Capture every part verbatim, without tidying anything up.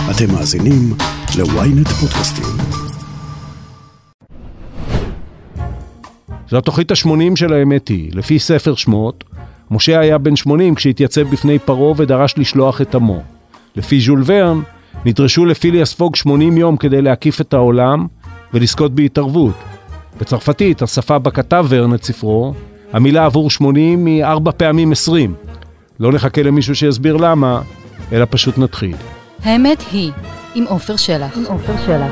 אתם מאזינים ל-ynet פודקאסטים. זו התוכנית ה-שמונים של האמת היא. לפי ספר שמות, משה היה בן שמונים כשהתייצב בפני פרעה ודרש לשלוח את עמו. לפי ז'ול ורן, נדרשו לפיליאס פוג שמונים יום כדי להקיף את העולם ולזכות בהתערבות. בצרפתית, השפה בה כתב ורן את ספרו, המילה עבור שמונים היא ארבע פעמים עשרים. לא נחכה למישהו שיסביר למה, אלא פשוט נתחיל. האמת היא, עם עופר שלח. עם עופר שלח.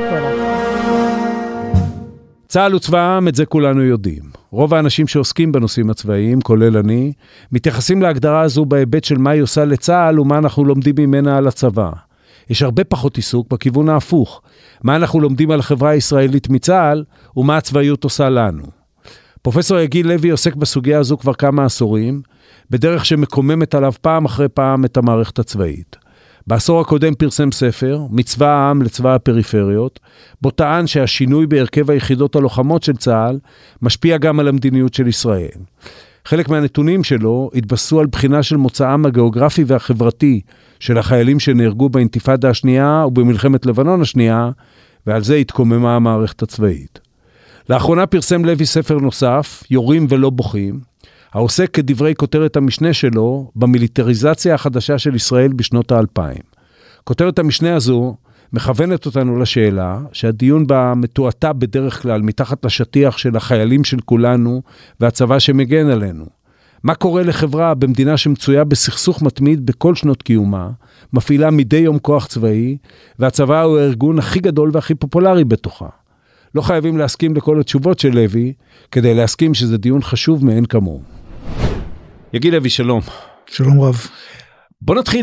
צה"ל וצבא העם, את זה כולנו יודעים. רוב האנשים שעוסקים בנושאים הצבאיים, כולל אני, מתייחסים להגדרה הזו בהיבט של מה היא עושה לצה"ל ומה אנחנו לומדים ממנה על הצבא. יש הרבה פחות עיסוק בכיוון ההפוך. מה אנחנו לומדים על החברה הישראלית מצה"ל ומה הצבאיות עושה לנו. פרופסור יגיל לוי עוסק בסוגיה הזו כבר כמה עשורים, בדרך שמקוממת עליו פעם אחרי פעם את המערכת הצבאית. בעשור הקודם פרסם ספר, מצבא העם לצבא הפריפריות, בו טען שהשינוי בהרכב היחידות הלוחמות של צה"ל משפיע גם על המדיניות של ישראל. חלק מהנתונים שלו התבססו על בחינה של מוצאם הגיאוגרפי והחברתי של החיילים שנהרגו באינתיפאדה השנייה ובמלחמת לבנון השנייה, ועל זה התקוממה המערכת הצבאית. לאחרונה פרסם לוי ספר נוסף, יורים ולא בוכים, העוסק כדברי כותרת המשנה שלו במיליטריזציה החדשה של ישראל בשנות האלפיים. כותרת המשנה הזו מכוונת אותנו לשאלה שהדיון בה מתועתה בדרך כלל מתחת לשטיח של החיילים של כולנו והצבא שמגן עלינו. מה קורה לחברה במדינה שמצויה בסכסוך מתמיד בכל שנות קיומה, מפעילה מדי יום כוח צבאי, והצבא הוא הארגון הכי גדול והכי פופולרי בתוכה. לא חייבים להסכים לכל התשובות של לוי, כדי להסכים שזה דיון חשוב מאין כמוהו. יגיל לוי, שלום. שלום רב. בוא נתחיל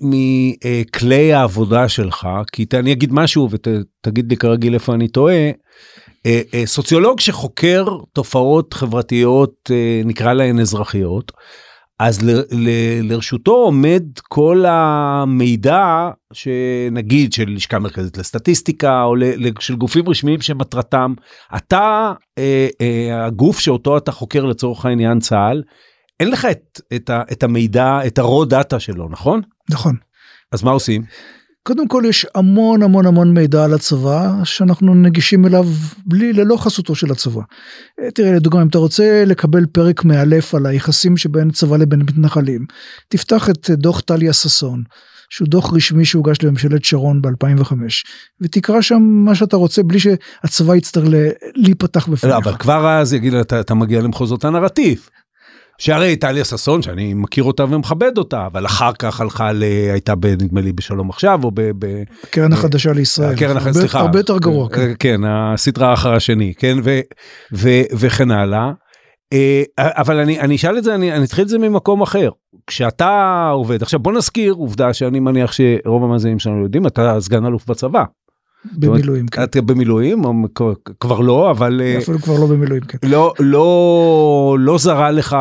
מכלי העבודה שלך, כי אני אגיד משהו ותגיד לי כרגיל איפה אני טועה. סוציולוג שחוקר תופעות חברתיות, נקרא להן אזרחיות, אז ל, ל, לרשותו עומד כל המידע שנגיד של לשכה מרכזית לסטטיסטיקה או ל, של גופים רשמיים שמטרתם, אתה אה, אה, הגוף שאותו אתה חוקר לצורך העניין צה"ל, אין לך את, את, ה, את המידע, את הרוד דאטה שלו, נכון? נכון. אז מה עושים? קודם כל יש המון המון המון מידע על הצבא שאנחנו נגישים אליו בלי, ללא חסותו של הצבא. תראה, לדוגמה, אם אתה רוצה לקבל פרק מאלף על היחסים שבין צבא לבין מתנחלים, תפתח את דוח טליה ששון, שהוא דוח רשמי שהוגש לממשלת שרון ב-אלפיים וחמש, ותקרא שם מה שאתה רוצה בלי שהצבא יצטרך להיפתח בפניך. אבל כבר אז יגיד, אתה, אתה מגיע למחוזות הנרטיב. שהרי טליה ששון, שאני מכיר אותה ומכבד אותה, אבל אחר כך הלכה, הייתה נדמה לי בשלום עכשיו, או ב... הקרן החדשה לישראל. הקרן החדשה, סליחה. הרבה יותר גרוע. כן, הסדרה האחר השני, כן, וכן הלאה. אבל אני אשאל את זה, אני אתחיל את זה ממקום אחר. כשאתה עובד, עכשיו בוא נזכיר עובדה שאני מניח שרוב המאזינים שלנו יודעים, אתה סגן אלוף בצבא. במילואים, כן. אתה במילואים, כבר לא, אבל... אפילו כבר לא במילואים, כן. לא, לא, לא זרה לך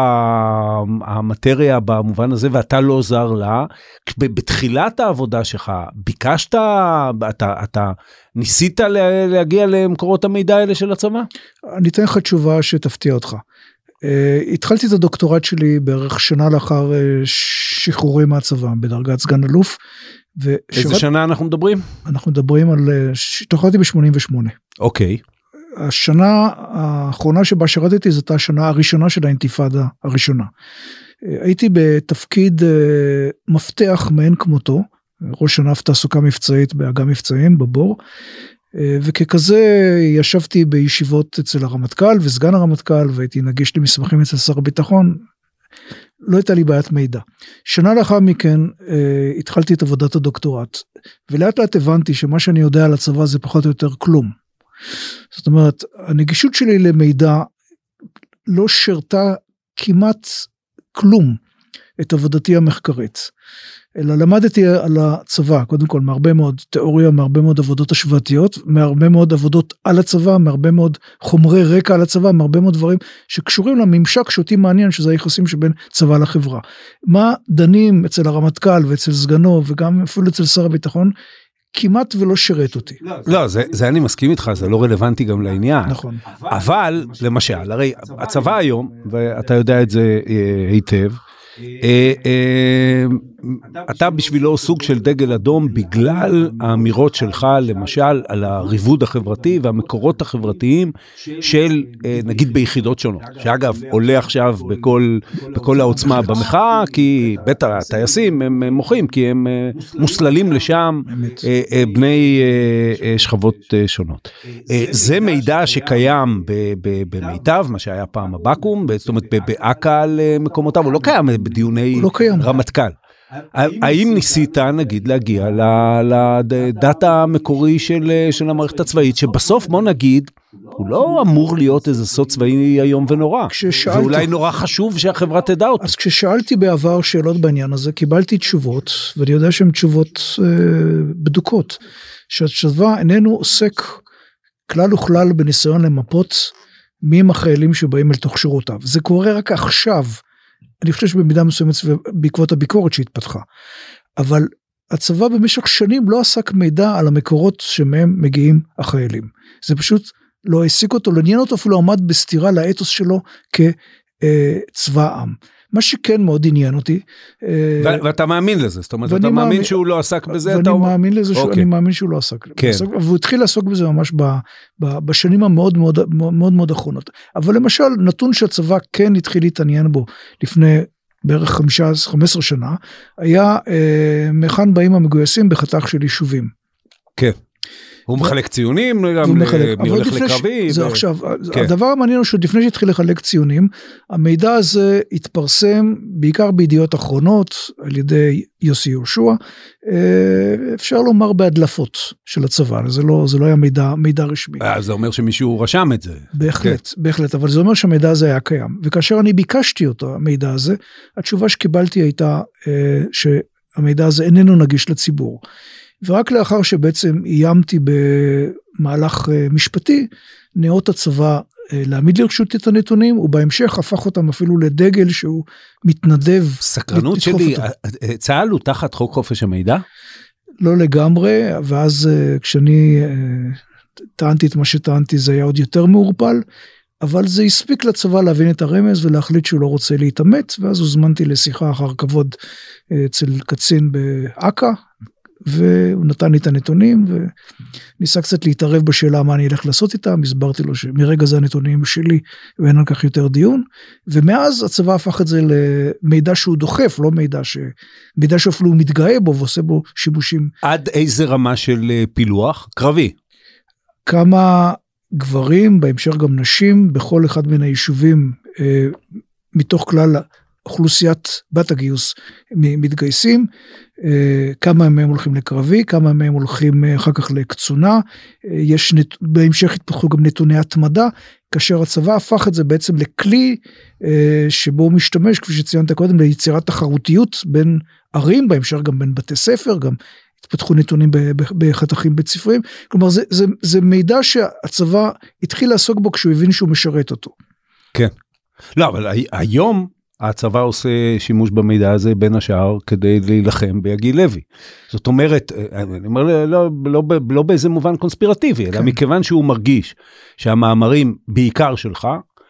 המטריה במובן הזה, ואתה לא זר לה. בתחילת העבודה שלך, ביקשת, אתה, אתה ניסית להגיע למקורות המידע האלה של הצבא? אני אתן לך תשובה שתפתיע אותך. התחלתי את הדוקטורט שלי בערך שנה לאחר שחרורי מהצבא, בדרגת סגן אלוף, איזה שנה אנחנו מדברים? אנחנו מדברים על, השתחררתי ב-שמונים ושמונה. אוקיי. השנה האחרונה שבה שירתתי, זאת השנה הראשונה של האינתיפאדה הראשונה. הייתי בתפקיד מפתח מעין כמותו, ראש ענף תעסוקה מבצעית באג"ם מבצעים בבור, וככזה ישבתי בישיבות אצל הרמטכ"ל וסגן הרמטכ"ל, והייתי נגיש למסמכים אצל שר הביטחון, לא הייתה לי בעיית מידע. שנה לאחר מכן אה, התחלתי את עבודת הדוקטורט, ולאט לאט הבנתי שמה שאני יודע על הצבא זה פחות או יותר כלום. זאת אומרת, הנגישות שלי למידע לא שרתה כמעט כלום את עבודתי המחקרית, אלא למדתי על הצבא, קודם כל מהרבה מאוד תיאוריה, מהרבה מאוד עבודות השוואתיות, מהרבה מאוד עבודות על הצבא, מהרבה מאוד חומרי רקע על הצבא, מהרבה מאוד דברים שקשורים לממשק שאותי מעניין, שזה היחסים שבין צבא לחברה. מה דנים אצל הרמטכ"ל ואצל סגנו, וגם אפילו אצל שר הביטחון, כמעט ולא שירת אותי. לא, זה, זה אני מסכים איתך, זה לא רלוונטי גם לעניין. נכון. אבל, למשל, הרי הצבא היום, ואתה יודע את זה היטב, אתה בשבילו סוג של דגל אדום בגלל האמירות שלך, למשל, על הריבוד החברתי והמקורות החברתיים של, נגיד, ביחידות שונות. שאגב, עולה עכשיו בכל, בכל העוצמה במחאה, כי בית הטייסים הם מוחים, כי הם מוסללים לשם בני שכבות שונות. זה מידע שקיים במיטב, מה שהיה פעם הבקום, זאת אומרת, באקה על מקומותיו, הוא לא קיים בדיוני רמטכ"ל. האם ניסית, נגיד, להגיע לדאטה המקורי של המערכת הצבאית, שבסוף, בוא נגיד, הוא לא אמור להיות איזה סוד צבאי היום ונורא, ואולי נורא חשוב שהחברה תדע אותו. אז כששאלתי בעבר שאלות בעניין הזה, קיבלתי תשובות, ואני יודע שהן תשובות בדוקות, שהצבא איננו עוסק כלל וכלל בניסיון למפות מי הם החיילים שבאים אל תוך שורותיו. זה קורה רק עכשיו, אני חושב שבמידה מסוימת בעקבות הביקורת שהתפתחה, אבל הצבא במשך שנים לא עסק מידע על המקורות שמהם מגיעים החיילים. זה פשוט לא העסיק אותו, לא עניין אותו, אפילו עמד בסתירה לאתוס שלו כצבא עם. מה שכן מאוד עניין אותי. ואתה מאמין לזה, זאת אומרת, אתה מאמין שהוא לא עסק בזה? ואני מאמין לזה, אני מאמין שהוא לא עסק. והוא התחיל לעסוק בזה ממש בשנים המאוד מאוד מאוד אחרונות. אבל למשל, נתון שהצבא כן התחיל להתעניין בו לפני בערך חמש עשרה שנה, היה מכאן באים המגויסים בחתך של יישובים. כן. הוא מחלק ציונים, מי הולך לקרבי. זה עכשיו, הדבר המעניין הוא שלפני שהתחיל לחלק ציונים, המידע הזה התפרסם בעיקר בידיעות אחרונות, על ידי יוסי יהושע, אפשר לומר בהדלפות של הצבא, זה לא, זה לא היה מידע, מידע רשמי. זה אומר שמישהו רשם את זה. בהחלט, בהחלט, אבל זה אומר שהמידע הזה היה קיים, וכאשר אני ביקשתי אותו, המידע הזה, התשובה שקיבלתי הייתה, שהמידע הזה איננו נגיש לציבור. ורק לאחר שבעצם איימתי במהלך משפטי, נאות הצבא להעמיד לרשות את הנתונים, ובהמשך הפך אותם אפילו לדגל שהוא מתנדב. סקרנות שלי, צה"ל הוא תחת חוק חופש המידע? לא לגמרי, ואז כשאני טענתי את מה שטענתי, זה היה עוד יותר מעורפל, אבל זה הספיק לצבא להבין את הרמז ולהחליט שהוא לא רוצה להתאמת, ואז הוזמנתי לשיחה אחר כבוד אצל קצין באקה, והוא נתן לי את הנתונים, וניסה קצת להתערב בשאלה מה אני אלך לעשות איתם, הסברתי לו שמרגע זה הנתונים שלי, ואין על כך יותר דיון, ומאז הצבא הפך את זה למידע שהוא דוחף, לא מידע ש... מידע שאפילו הוא מתגאה בו, ועושה בו שימושים. עד איזה רמה של פילוח? קרבי. כמה גברים, בהמשך גם נשים, בכל אחד מן היישובים, מתוך כלל אוכלוסיית בת הגיוס מתגייסים, כמה מהם הולכים לקרבי, כמה מהם הולכים אחר כך לקצונה, יש נת... בהמשך התפתחו גם נתוני התמדה, כאשר הצבא הפך את זה בעצם לכלי שבו הוא משתמש, כפי שציינת קודם, ליצירת תחרותיות בין ערים, בהמשך גם בין בתי ספר, גם התפתחו נתונים בחתכים בית ספריים, כלומר זה, זה, זה מידע שהצבא התחיל לעסוק בו כשהוא הבין שהוא משרת אותו. כן, לא, אבל היום הצבא עושה שימוש במידע הזה בין השאר כדי להילחם ביגיל לוי. זאת אומרת, אני אומר, לא, לא, לא, לא באיזה מובן קונספירטיבי, אלא מכיוון שהוא מרגיש שהמאמרים בעיקר שלך,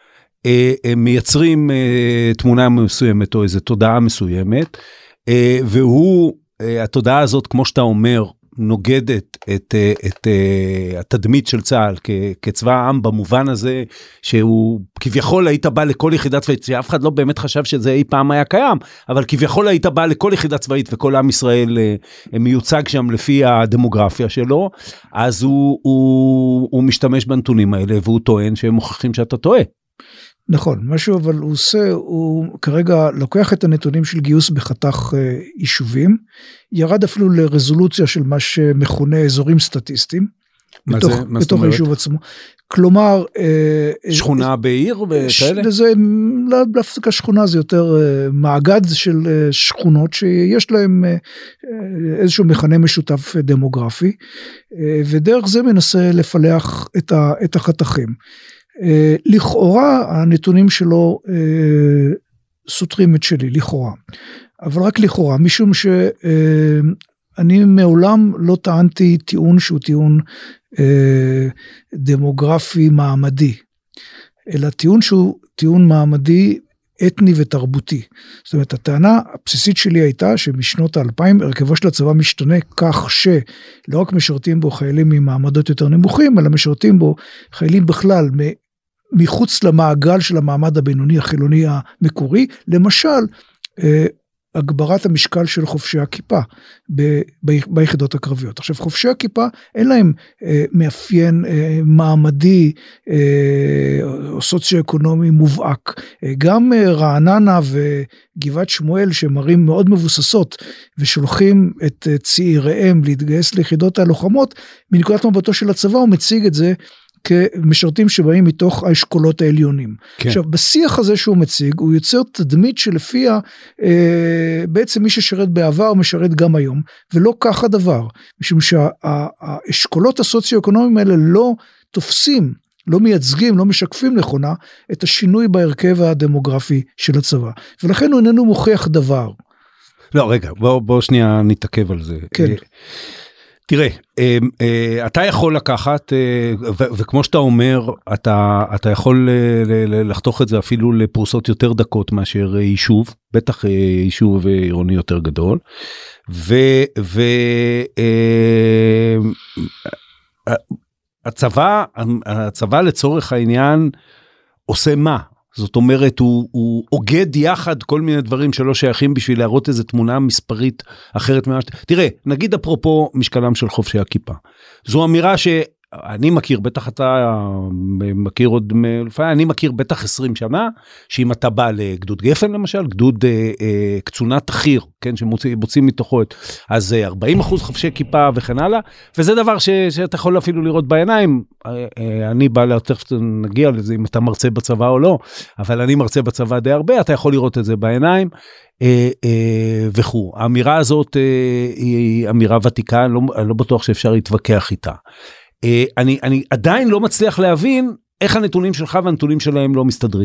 הם מייצרים תמונה מסוימת או איזו תודעה מסוימת, והוא, התודעה הזאת, כמו שאתה אומר, נוגדת את, את, התדמית של צה"ל כ, כצבא העם במובן הזה שהוא כביכול היית בא לכל יחידה צבאית, שאף אחד לא באמת חשב שזה אי פעם היה קיים, אבל כביכול היית בא לכל יחידה צבאית וכל עם ישראל מיוצג שם לפי הדמוגרפיה שלו, אז הוא, הוא, הוא משתמש בנתונים האלה והוא טוען שהם מוכיחים שאתה טועה. נכון, משהו אבל הוא עושה, הוא כרגע לוקח את הנתונים של גיוס בחתך אה, יישובים, ירד אפילו לרזולוציה של מה שמכונה אזורים סטטיסטיים, בתוך, זה, בתוך היישוב עצמו. כלומר, אה, שכונה אה, בעיר וכאלה? זה לא דווקא שכונה, זה יותר אה, מאגד של אה, שכונות שיש להם אה, איזשהו מכנה משותף דמוגרפי, אה, ודרך זה מנסה לפלח את, ה, את החתכים. Uh, לכאורה הנתונים שלו uh, סותרים את שלי, לכאורה, אבל רק לכאורה, משום שאני uh, מעולם לא טענתי טיעון שהוא טיעון uh, דמוגרפי מעמדי, אלא טיעון שהוא טיעון מעמדי אתני ותרבותי. זאת אומרת, הטענה הבסיסית שלי הייתה שמשנות האלפיים הרכבו של הצבא משתנה כך שלא רק משרתים בו חיילים ממעמדות יותר נמוכים, אלא משרתים בו חיילים בכלל מחוץ למעגל של המעמד הבינוני החילוני המקורי, למשל, הגברת המשקל של חובשי הכיפה ב, ב, ביחידות הקרביות. עכשיו, חובשי הכיפה אין להם אה, מאפיין אה, מעמדי אה, או סוציו-אקונומי מובהק. אה, גם אה, רעננה וגבעת שמואל שמראים מאוד מבוססות ושולחים את אה, צעיריהם להתגייס ליחידות הלוחמות, מנקודת מבטו של הצבא הוא מציג את זה כמשרתים שבאים מתוך האשכולות העליונים. כן. עכשיו, בשיח הזה שהוא מציג, הוא יוצר תדמית שלפיה אה, בעצם מי ששרת בעבר משרת גם היום, ולא כך הדבר, משום שהאשכולות הסוציו-אקונומיים האלה לא תופסים, לא מייצגים, לא משקפים נכונה, את השינוי בהרכב הדמוגרפי של הצבא. ולכן הוא איננו מוכיח דבר. לא, רגע, בוא, בוא שנייה נתעכב על זה. כן. תראה, אתה יכול לקחת, וכמו שאתה אומר, אתה, אתה יכול לחתוך את זה אפילו לפרוסות יותר דקות מאשר יישוב, בטח יישוב עירוני יותר גדול, והצבא, הצבא לצורך העניין עושה מה? זאת אומרת, הוא, הוא אוגד יחד כל מיני דברים שלא שייכים בשביל להראות איזו תמונה מספרית אחרת. תראה, נגיד אפרופו משקלם של חובשי הכיפה. זו אמירה שאני מכיר, בטח אתה מכיר עוד, אני מכיר בטח עשרים שנה, שאם אתה בא לגדוד גפן למשל, גדוד אה, אה, קצונת אחיר, כן, שמוצאים מתוכו את, אז ארבעים אחוז חובשי כיפה וכן הלאה, וזה דבר ש, שאתה יכול אפילו לראות בעיניים. אני בא לתכף נגיע לזה אם אתה מרצה בצבא או לא, אבל אני מרצה בצבא די הרבה, אתה יכול לראות את זה בעיניים וכו'. האמירה הזאת היא אמירה ותיקה, אני לא, אני לא בטוח שאפשר להתווכח איתה. אני, אני עדיין לא מצליח להבין איך הנתונים שלך והנתונים שלהם לא מסתדרים.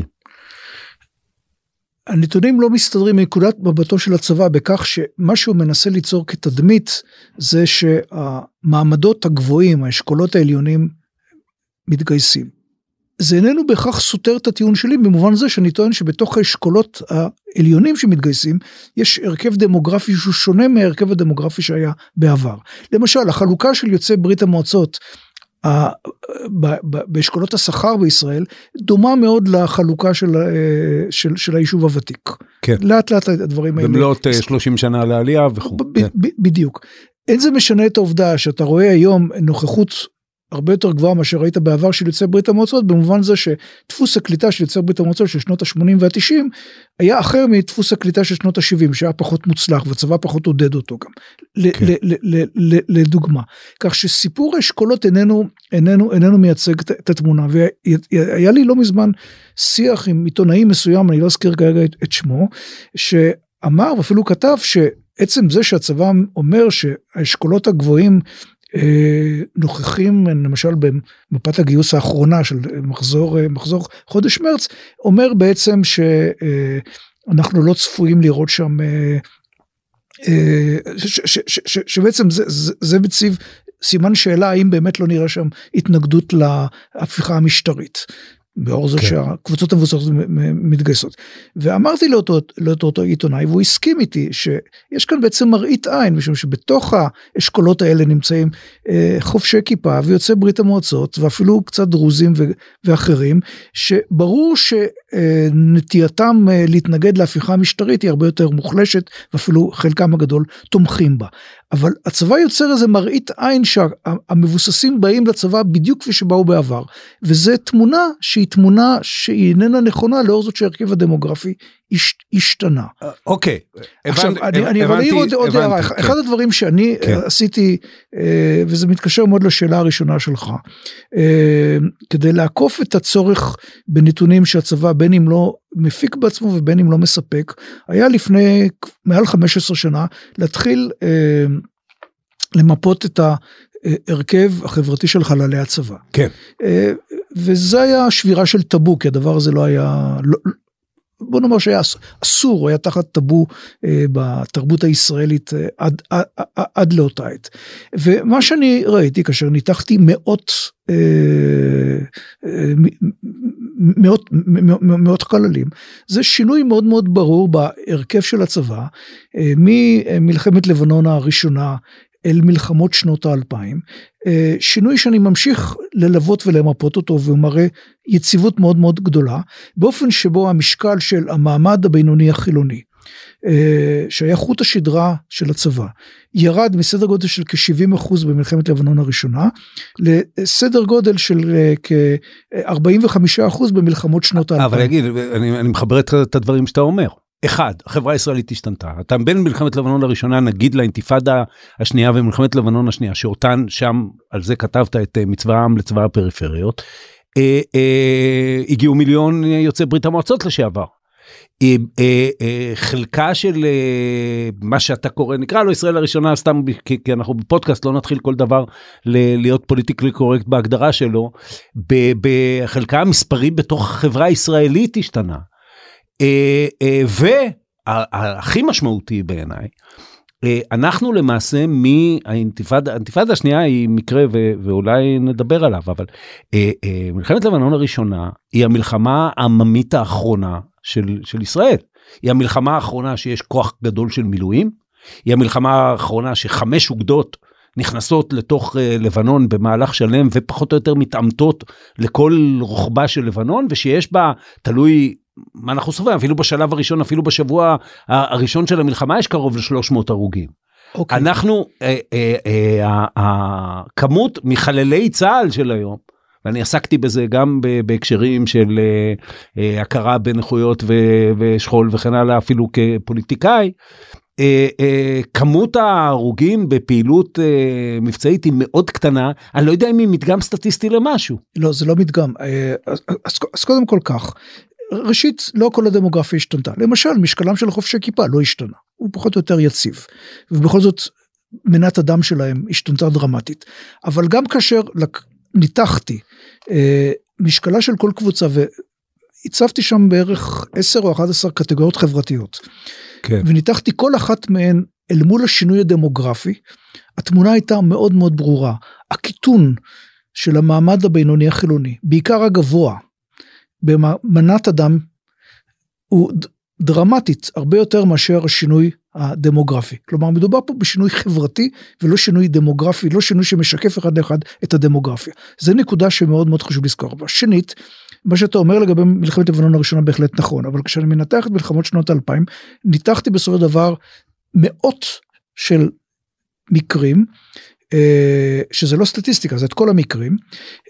הנתונים לא מסתדרים מנקודת מבטו של הצבא, בכך שמה שהוא מנסה ליצור כתדמית, זה שהמעמדות הגבוהים, האשכולות העליונים, מתגייסים. זה איננו בהכרח סותר את הטיעון שלי, במובן זה שאני טוען שבתוך האשכולות העליונים שמתגייסים, יש הרכב דמוגרפי שהוא שונה מהרכב הדמוגרפי שהיה בעבר. למשל, החלוקה של יוצאי ברית המועצות, באשכולות השכר בישראל, דומה מאוד לחלוקה של, של, של היישוב הוותיק. כן. לאט לאט הדברים האלה. במלאת שלושים שנה לעלייה וכו'. ב- ב- ב- בדיוק. אין זה משנה את העובדה שאתה רואה היום נוכחות הרבה יותר גבוהה מאשר ראית בעבר של יוצאי ברית המועצות, במובן זה שדפוס הקליטה של יוצאי ברית המועצות של שנות ה-שמונים וה-תשעים, היה אחר מדפוס הקליטה של שנות ה-שבעים, שהיה פחות מוצלח, והצבא פחות עודד אותו גם, כן. לדוגמה. כך שסיפור האשכולות איננו, איננו, איננו מייצג את התמונה, והיה לי לא מזמן שיח עם עיתונאי מסוים, אני לא אזכיר כרגע את שמו, שאמר ואפילו כתב שעצם זה שהצבא אומר שהאשכולות הגבוהים, נוכחים למשל במפת הגיוס האחרונה של מחזור, מחזור חודש מרץ, אומר בעצם שאנחנו לא צפויים לראות שם, שבעצם זה, זה, זה מציב סימן שאלה האם באמת לא נראה שם התנגדות להפיכה המשטרית. באור זה שהקבוצות המבוססות מתגייסות. ואמרתי לאותו, לאותו עיתונאי, והוא הסכים איתי, שיש כאן בעצם מראית עין, משום שבתוך האשכולות האלה נמצאים חובשי כיפה, ויוצאי ברית המועצות, ואפילו קצת דרוזים ואחרים, שברור שנטייתם להתנגד להפיכה המשטרית, היא הרבה יותר מוחלשת, ואפילו חלקם הגדול תומכים בה. אבל הצבא יוצר איזה מראית עין שהמבוססים באים לצבא בדיוק כפי שבאו בעבר, וזו תמונה שהיא תמונה שהיא איננה נכונה לאור זאת שהרכב הדמוגרפי השתנה. אוקיי. עכשיו, אני אבל אעיר עוד הערה, אחד הדברים שאני עשיתי, וזה מתקשר מאוד לשאלה הראשונה שלך, כדי לעקוף את הצורך בנתונים שהצבא בין אם לא מפיק בעצמו ובין אם לא מספק, היה לפני מעל חמש עשרה שנה להתחיל למפות את ההרכב החברתי של חללי הצבא. כן. וזה היה שבירה של טאבו, כי הדבר הזה לא היה, בוא נאמר שהיה אסור, היה תחת טאבו בתרבות הישראלית עד, עד, עד לאותה עת. ומה שאני ראיתי כאשר ניתחתי מאות מאות, מאות חללים, זה שינוי מאוד מאוד ברור בהרכב של הצבא, ממלחמת לבנון הראשונה, אל מלחמות שנות האלפיים, שינוי שאני ממשיך ללוות ולמפות אותו, והוא מראה יציבות מאוד מאוד גדולה, באופן שבו המשקל של המעמד הבינוני החילוני, שהיה חוט השדרה של הצבא, ירד מסדר גודל של כ-שבעים אחוז במלחמת לבנון הראשונה, לסדר גודל של כ-ארבעים וחמישה אחוז במלחמות שנות האלפיים. אבל אגיד, אני, אני מחבר את הדברים שאתה אומר. אחד, החברה הישראלית השתנתה. אתה בין מלחמת לבנון הראשונה, נגיד לאינתיפאדה השנייה ומלחמת לבנון השנייה, שאותן שם, על זה כתבת את מצבא העם לצבא הפריפריות, אה, אה, הגיעו מיליון יוצאי ברית המועצות לשעבר. אה, אה, אה, חלקה של אה, מה שאתה קורא, נקרא לו ישראל הראשונה, סתם כי, כי אנחנו בפודקאסט לא נתחיל כל דבר ל- להיות פוליטיקלי קורקט בהגדרה שלו, בחלקה המספרי בתוך החברה הישראלית השתנה. והכי משמעותי בעיניי, אנחנו למעשה מהאינתיפאדה, האינתיפאדה השנייה היא מקרה ואולי נדבר עליו, אבל מלחמת לבנון הראשונה היא המלחמה העממית האחרונה של, של ישראל. היא המלחמה האחרונה שיש כוח גדול של מילואים, היא המלחמה האחרונה שחמש אוגדות נכנסות לתוך לבנון במהלך שלם ופחות או יותר מתעמתות לכל רוחבה של לבנון, ושיש בה, תלוי מה אנחנו סופרים, אפילו בשלב הראשון, אפילו בשבוע הראשון של המלחמה, יש קרוב ל-שלוש מאות הרוגים. Okay. אנחנו, הכמות מחללי צה"ל של היום, ואני עסקתי בזה גם בהקשרים של הכרה בנכויות ושכול וכן הלאה, אפילו כפוליטיקאי, כמות ההרוגים בפעילות מבצעית היא מאוד קטנה, אני לא יודע אם היא מדגם סטטיסטי למשהו. לא, זה לא מדגם. אז קודם כל כך, ראשית, לא כל הדמוגרפיה השתנתה. למשל, משקלם של חובשי כיפה לא השתנה. הוא פחות או יותר יציב. ובכל זאת, מנת הדם שלהם השתנתה דרמטית. אבל גם כאשר ניתחתי משקלה של כל קבוצה, והצבתי שם בערך עשר או אחת עשרה קטגוריות חברתיות. כן. וניתחתי כל אחת מהן אל מול השינוי הדמוגרפי, התמונה הייתה מאוד מאוד ברורה. הקיטון של המעמד הבינוני החילוני, בעיקר הגבוה, במנת הדם, הוא דרמטית, הרבה יותר מאשר השינוי הדמוגרפי. כלומר, מדובר פה בשינוי חברתי, ולא שינוי דמוגרפי, לא שינוי שמשקף אחד לאחד את הדמוגרפיה. זה נקודה שמאוד מאוד חשוב לזכור בה. שנית, מה שאתה אומר לגבי מלחמת לבנון הראשונה בהחלט נכון, אבל כשאני מנתח את מלחמות שנות האלפיים, ניתחתי בסופו של דבר מאות של מקרים, שזה לא סטטיסטיקה, זה את כל המקרים,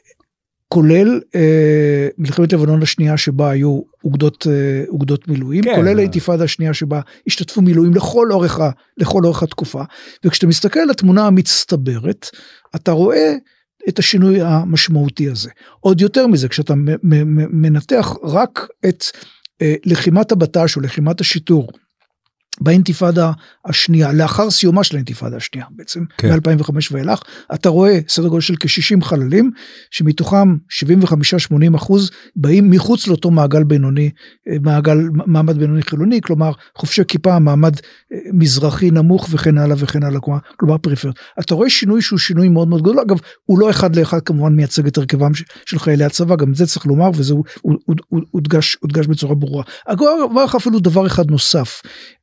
כולל אה, מלחמת לבנון השנייה שבה היו אוגדות, אה, אוגדות מילואים, כן. כולל האינתיפאדה השנייה שבה השתתפו מילואים לכל אורך, ה, לכל אורך התקופה, וכשאתה מסתכל על התמונה המצטברת, אתה רואה את השינוי המשמעותי הזה. עוד יותר מזה, כשאתה מ- מ- מנתח רק את אה, לחימת הבט"ש או לחימת השיטור, באינתיפאדה השנייה, לאחר סיומה של האינתיפאדה השנייה, בעצם, כן. מ-אלפיים וחמש ואילך, אתה רואה סדר גודל של כ-שישים חללים, שמתוכם שבעים וחמישה שמונים אחוז, באים מחוץ לאותו מעגל בינוני, מעגל, מעמד בינוני חילוני, כלומר, חובשי כיפה, מעמד מזרחי נמוך, וכן הלאה וכן הלאה, כלומר פריפריות. אתה רואה שינוי שהוא שינוי מאוד מאוד גדול, אגב, הוא לא אחד לאחד כמובן מייצג את הרכבם של חיילי הצבא, גם זה צריך לומר, וזה הודגש, הודגש בצורה ברורה. אגב, אפילו דבר אחד נוסף,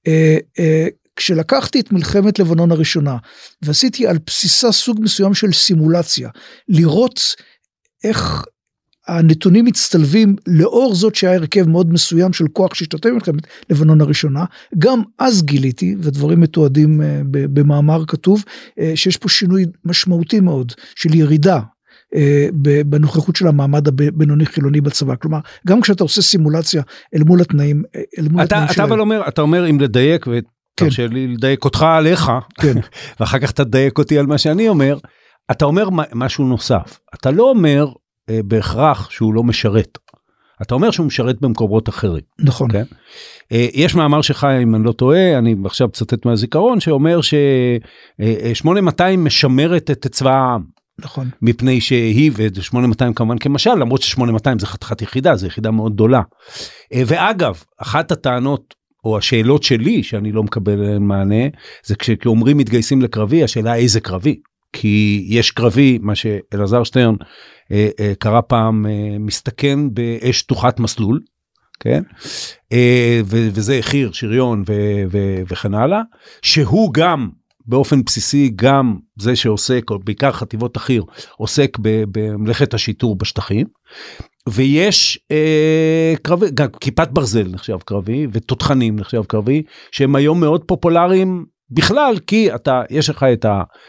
כשלקחתי את מלחמת לבנון הראשונה, ועשיתי על בסיסה סוג מסוים של סימולציה, לראות איך הנתונים מצטלבים, לאור זאת שהיה הרכב מאוד מסוים של כוח שהשתתף במלחמת לבנון הראשונה, גם אז גיליתי, ודברים מתועדים במאמר כתוב, שיש פה שינוי משמעותי מאוד, של ירידה, בנוכחות של המעמד הבינוני חילוני בצבא. כלומר, גם כשאתה עושה סימולציה אל מול התנאים, אל מול התנאים שלהם. אתה אבל אומר, אתה אומר אם לדייק, ותרשה לי לדייק אותך עליך, ואחר כך תדייק אותי על מה שאני אומר, אתה אומר משהו נוסף. אתה לא אומר בהכרח שהוא לא משרת. אתה אומר שהוא משרת במקומות אחרים. נכון. יש מאמר שלך, אם אני לא טועה, אני עכשיו מצטט מהזיכרון, שאומר ש-שמונה מאתיים משמרת את צבא העם. נכון. מפני שהיא, ו-שמונה מאתיים כמובן כמשל, למרות ש-שמונה מאתיים זה חתיכת יחידה, זו יחידה מאוד גדולה. ואגב, אחת הטענות, או השאלות שלי, שאני לא מקבל מענה, זה כשאומרים מתגייסים לקרבי, השאלה איזה קרבי. כי יש קרבי, מה שאלעזר שטרן אה, אה, קרא פעם, אה, מסתכן באש תוחת מסלול, כן? אה, ו- וזה חיר, שריון ו- ו- וכן הלאה, שהוא גם, באופן בסיסי, גם זה שעוסק, או בעיקר חטיבות החיר, עוסק ב- במלאכת השיטור בשטחים, ויש אה, קרבי, גם כיפת ברזל נחשב קרבי, ותותחנים נחשב קרבי, שהם היום מאוד פופולריים בכלל, כי אתה, יש לך את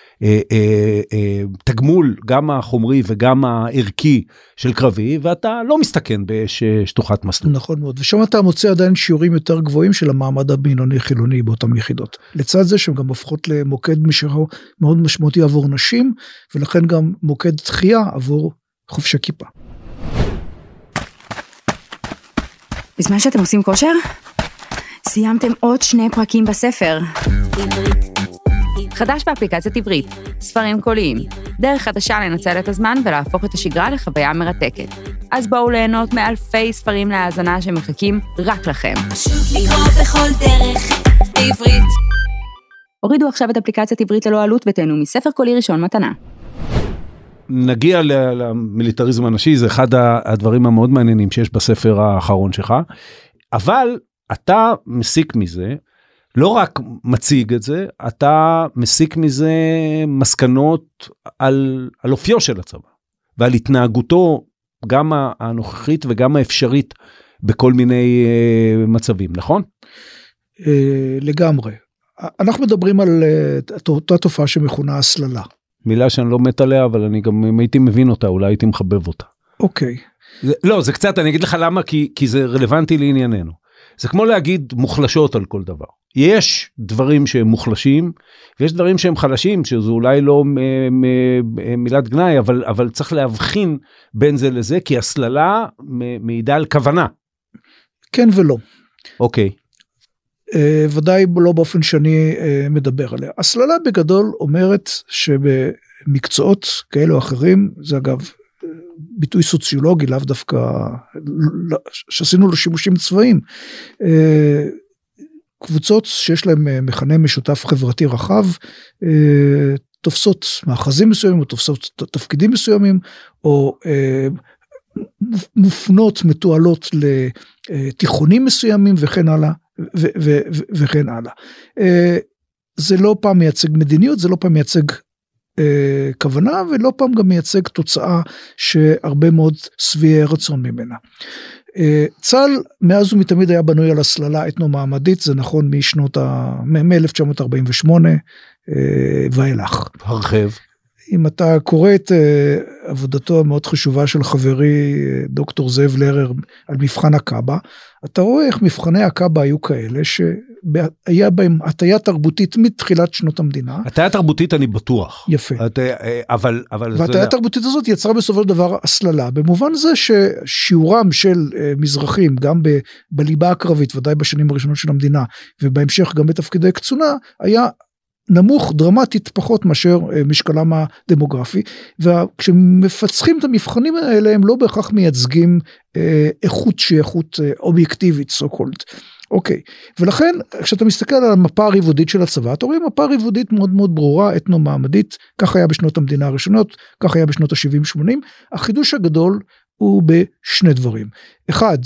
התגמול, גם החומרי וגם הערכי של קרבי, ואתה לא מסתכן באש שטוחת מסלול. נכון מאוד, ושם אתה מוצא עדיין שיעורים יותר גבוהים של המעמד הבינוני חילוני באותן יחידות. לצד זה שהן גם הופכות למוקד משהו מאוד משמעותי עבור נשים, ולכן גם מוקד דחייה עבור חובשי כיפה. בזמן שאתם עושים כושר, סיימתם עוד שני פרקים בספר. חדש באפליקציית עברית, ספרים קוליים, דרך חדשה לנצל את הזמן ולהפוך את השגרה לחוויה מרתקת. אז בואו ליהנות מאלפי ספרים להאזנה שמחכים רק לכם. פשוט לקרוא בכל דרך בעברית. הורידו עכשיו את אפליקציית עברית ללא עלות ותהנו מספר קולי ראשון מתנה. נגיע למיליטריזם הנשי, זה אחד הדברים המאוד מעניינים שיש בספר האחרון שלך, אבל אתה מסיק מזה, לא רק מציג את זה, אתה מסיק מזה מסקנות על, על אופיו של הצבא, ועל התנהגותו גם הנוכחית וגם האפשרית בכל מיני מצבים, נכון? לגמרי. אנחנו מדברים על אותה תופעה שמכונה הסללה. מילה שאני לא מת עליה, אבל אני גם, אם הייתי מבין אותה, אולי הייתי מחבב אותה. אוקיי. זה, לא, זה קצת, אני אגיד לך למה, כי, כי זה רלוונטי לענייננו. זה כמו להגיד מוחלשות על כל דבר. יש דברים שהם מוחלשים, ויש דברים שהם חלשים, שזה אולי לא מ- מ- מילת גנאי, אבל, אבל צריך להבחין בין זה לזה, כי הסללה מעידה על כוונה. כן ולא. אוקיי. Uh, ודאי לא באופן שאני uh, מדבר עליה. הסללה בגדול אומרת שבמקצועות כאלה או אחרים, זה אגב ביטוי סוציולוגי, לאו דווקא, שעשינו לו שימושים צבאיים, uh, קבוצות שיש להם מכנה משותף חברתי רחב, uh, תופסות מאחזים מסוימים, או תופסות תפקידים מסוימים, או uh, מופנות, מתועלות לתיכונים מסוימים וכן הלאה, ו- ו- ו- וכן הלאה. זה לא פעם מייצג מדיניות, זה לא פעם מייצג אה, כוונה, ולא פעם גם מייצג תוצאה שהרבה מאוד שביעי רצון ממנה. אה, צה"ל מאז ומתמיד היה בנוי על הסללה אתנו-מעמדית, זה נכון משנות ה... מ-אלף תשע מאות ארבעים ושמונה אה, ואילך. הרחב. אם אתה קורא את uh, עבודתו המאוד חשובה של חברי uh, דוקטור זאב לרר על מבחן הקאבה, אתה רואה איך מבחני הקאבה היו כאלה שהיה בהם הטיה תרבותית מתחילת שנות המדינה. הטיה תרבותית אני בטוח. יפה. הת... אבל... אבל והטיה התרבותית הזאת יצרה בסופו של דבר הסללה, במובן זה ששיעורם של uh, מזרחים, גם ב- בליבה הקרבית, ודאי בשנים הראשונות של המדינה, ובהמשך גם בתפקידי קצונה, היה נמוך דרמטית פחות מאשר משקלם הדמוגרפי, וכשמפצחים את המבחנים האלה הם לא בהכרח מייצגים איכות שהיא איכות אובייקטיבית so called. אוקיי, ולכן כשאתה מסתכל על המפה הרבעודית של הצבא, אתה רואה מפה רבעודית מאוד מאוד ברורה, אתנו-מעמדית, כך היה בשנות המדינה הראשונות, כך היה בשנות ה-שבעים שמונים, החידוש הגדול הוא בשני דברים. אחד,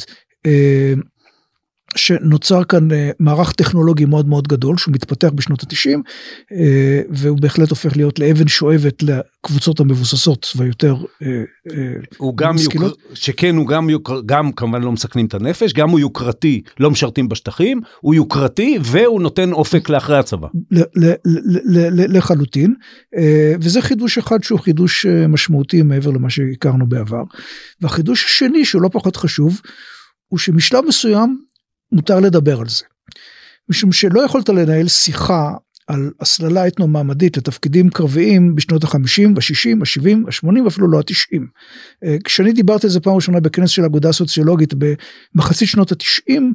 שנוצר כאן מערך טכנולוגי מאוד מאוד גדול, שהוא מתפתח בשנות ה-תשעים, והוא בהחלט הופך להיות לאבן שואבת לקבוצות המבוססות והיותר הוא גם משכילות. יוקר, שכן הוא גם, יוקר, גם כמובן לא מסכנים את הנפש, גם הוא יוקרתי, לא משרתים בשטחים, הוא יוקרתי והוא נותן אופק לאחרי הצבא. לחלוטין, וזה חידוש אחד שהוא חידוש משמעותי מעבר למה שהכרנו בעבר. והחידוש השני שהוא לא פחות חשוב, הוא שמשלב מסוים מותר לדבר על זה. משום שלא יכולת לנהל שיחה על הסללה אתנו-מעמדית לתפקידים קרביים בשנות ה-חמישים, ה-שישים, ה-שבעים, ה-שמונים, אפילו לא ה-תשעים. כשאני דיברתי על זה פעם ראשונה בכנס של אגודה סוציולוגית במחצית שנות ה-תשעים,